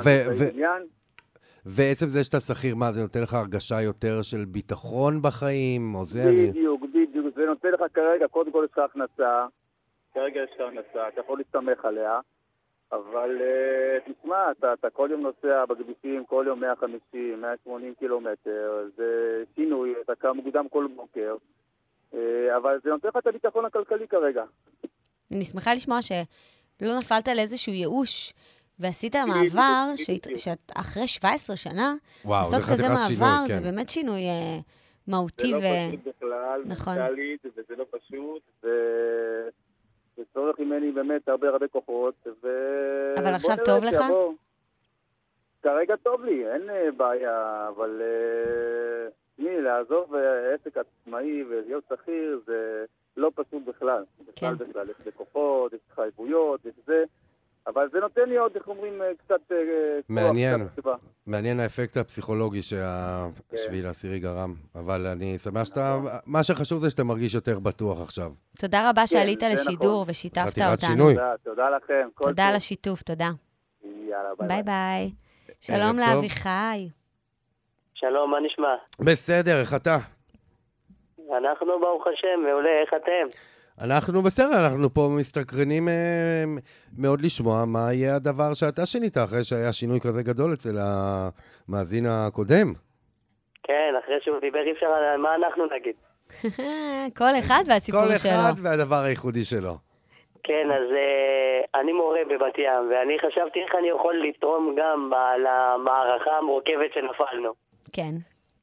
ועצם זה שאתה שכיר, מה, זה נותן לך הרגשה יותר של ביטחון בחיים, או זה בדיוק, בדיוק, זה נותן לך כרגע, קודם כל יש לך הכנסה, כרגע יש לך הכנסה, אתה יכול להסתמך עליה, אבל תשמע, אתה כל יום נוסע בכבישים, כל יום 150, 180 קילומטר, זה שינוי, אתה קם מוקדם כל בוקר, אבל זה נותן לך את הביטחון הכלכלי כרגע. אני שמחה לשמוע שלא נפלת לאיזשהו ייאוש, ועשית מעבר, שאחרי 17 שנה, לעשות כזה מעבר, זה באמת שינוי מהותי. זה לא פשוט בכלל, מנטלית, וזה לא פשוט, זה צורך ממני באמת הרבה כוחות, אבל עכשיו טוב לך? כרגע טוב לי, אין בעיה, אבל לעזוב עסק עצמאי ולהיות שכיר, זה לא פשוט בכלל. בכלל, יש בכוחות, יש התחייבויות, יש זה, אבל זה נותן לי עוד, איך אומרים, קצת... מעניין האפקט הפסיכולוגי שהשביעי לעשירי גרם, אבל אני שמח שאתה... מה שחשוב זה שאתה מרגיש יותר בטוח עכשיו. תודה רבה שעלית לשידור ושיתפת אותנו. חתיכת שינוי. תודה לכם. תודה על השיתוף, תודה. יאללה, ביי ביי. שלום לאביחי. שלום, מה נשמע? בסדר, איך אתה? אנחנו ברוך השם, מעולה, איך אתם? אנחנו בסדר, אנחנו פה מסתקרנים מאוד לשמוע מה יהיה הדבר שאתה שינית אחרי שהיה שינוי כזה גדול אצל המאזין הקודם. כן, אחרי שהוא דיבר אי אפשר, מה אנחנו נגיד? כל אחד והסיפור שלו. כל אחד והדבר הייחודי שלו. כן, אז אני מורה בבת ים, ואני חשבתי איך אני יכול לתרום גם למערכה המורכבת שנפלנו. כן.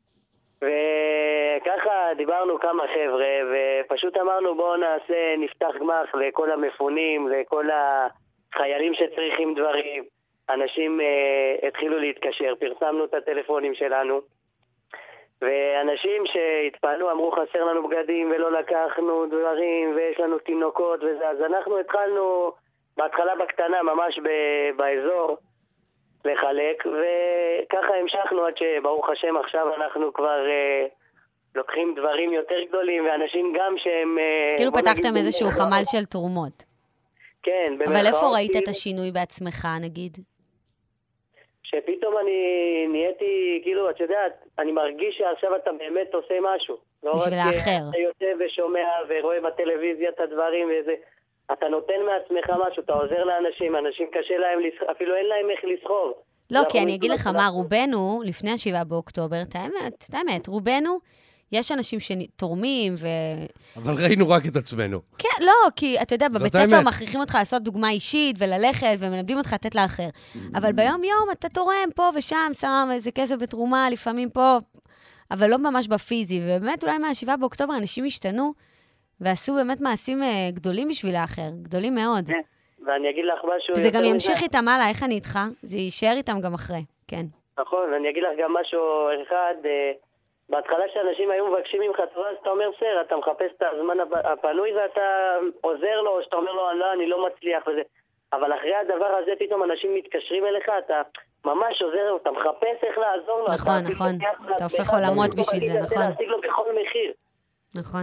וככה דיברנו כמה חבר'ה, ופשוט אמרנו בואו נפתח גמח לכל המפונים, לכל החיילים שצריכים דברים. אנשים התחילו להתקשר, פרסמנו את הטלפונים שלנו, ואנשים שהתפעלו אמרו חסר לנו בגדים ולא לקחנו דברים ויש לנו תינוקות וזה, אז אנחנו התחלנו בהתחלה בקטנה ממש באזור לחלק, וככה המשכנו עד שברוך השם עכשיו אנחנו כבר לוקחים דברים יותר גדולים, ואנשים גם שהם... כאילו פתחתם איזשהו חמ"ל של תרומות. כן, אבל איפה ראית את השינוי בעצמך, נגיד? שפתאום אני נהייתי, כאילו, את יודעת, אני מרגיש שעכשיו אתה באמת עושה משהו. בשביל האחר. אתה יוצא ושומע ורואה בטלוויזיה את הדברים וזה. אתה נותן מעצמך משהו, אתה עוזר לאנשים, אנשים קשה להם, אפילו אין להם איך לסחוב. לא, כי אני אגיד לך מה, רובנו, לפני 7 באוקטובר, את האמת, רובנו, יש אנשים שתורמים אבל ראינו רק את עצמנו. כן, לא, כי אתה יודע, בבית ספר מכריחים אותך לעשות דוגמה אישית וללכת, ומלמדים אותך לתת לאחר. אבל ביום יום אתה תורם פה ושם, שם איזה כסף בתרומה, לפעמים פה, אבל לא ממש בפיזי. ובאמת אולי מה-7 באוקטובר אנשים השתנו, ועשו באמת מעשים גדולים בשביל האחר, גדולים מאוד. ואני אגיד לך משהו... וזה גם ימשיך איתם הלאה, איך אני איתך? זה יישאר איתם גם אחרי, כן. נכון, ואני אגיד לך גם משהו אחד, בהתחלה שאנשים היו מבקשים ממך, אתה אומר סר, אתה מחפש את הזמן הפנוי ואתה עוזר לו, או שאתה אומר לו, לא, אני לא מצליח וזה. אבל אחרי הדבר הזה פתאום אנשים מתקשרים אליך, אתה ממש עוזר לו, אתה מחפש איך לעזור לו. נכון, אתה הופך עולמות בשביל זה, נכון. אתה להשיג לו בכל מחיר. נכון.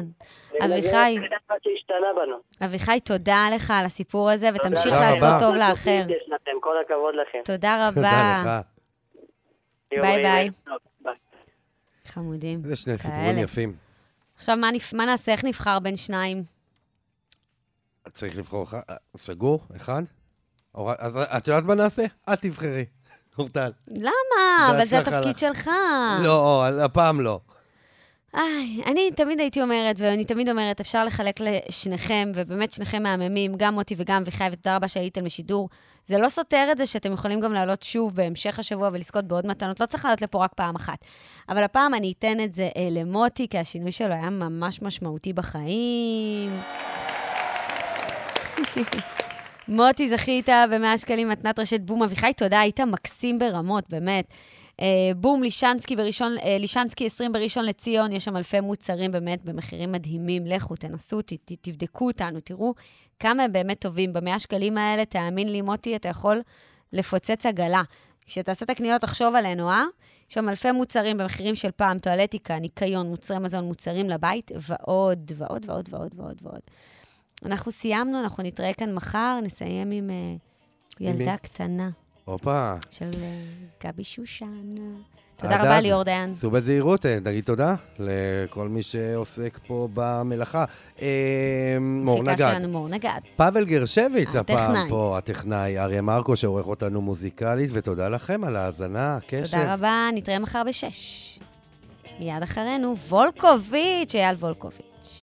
אביחי, תודה לך על הסיפור הזה, ותמשיך לעשות טוב לאחר. כל הכבוד לכם. תודה רבה. תודה לך. ביי ביי. חמודים. זה שני סיפורים יפים. עכשיו, מה נעשה? איך נבחר בין שניים? צריך לבחור סגור, אחד? אז את יודעת מה נעשה? את תבחרי, אורטל. למה? אבל זה התפקיד שלך. לא, הפעם לא. אני תמיד הייתי אומרת, ואני תמיד אומרת, אפשר לחלק לשניכם, ובאמת שניכם מהממים, גם מוטי וגם אביחי, ותודה רבה שהייתם לשידור. זה לא סותר את זה שאתם יכולים גם לעלות שוב בהמשך השבוע ולזכות בעוד מתנות. לא צריך לעלות לפה רק פעם אחת. אבל הפעם אני אתן את זה למוטי, כי השינוי שלו היה ממש משמעותי בחיים. מוטי, זכית ב100 שקלים מתנת רשת בום. אביחי, תודה, היית מקסים ברמות, באמת. בום, לישנסקי 20 בראשון לציון, יש שם אלפי מוצרים באמת במחירים מדהימים, לכו, תנסו, תבדקו אותנו, תראו כמה הם באמת טובים. ב100 שקלים האלה, תאמין לי מוטי, אתה יכול לפוצץ עגלה. כשתעשה את הקניות, תחשוב עלינו, יש שם אלפי מוצרים במחירים של פעם, טואלטיקה, ניקיון, מוצרי מזון, מוצרים לבית, ועוד, ועוד, ועוד, ועוד, ועוד, ועוד. אנחנו סיימנו, אנחנו נתראה כאן מחר, נסיים עם ילדה קטנה. אופה. של גבי שושן. תודה רבה ליאור דיין. סעו בזהירות, נגיד תודה לכל מי שעוסק פה במלאכה. מור נגד. מור נגד. פאבל גרשביץ הפעם פה, הטכנאי, אריה מרקו שעורך אותנו מוזיקלית, ותודה לכם על ההאזנה, הקשב. תודה רבה, נתראה מחר ב6. מיד אחרינו, וולקוביץ', אייל וולקוביץ'.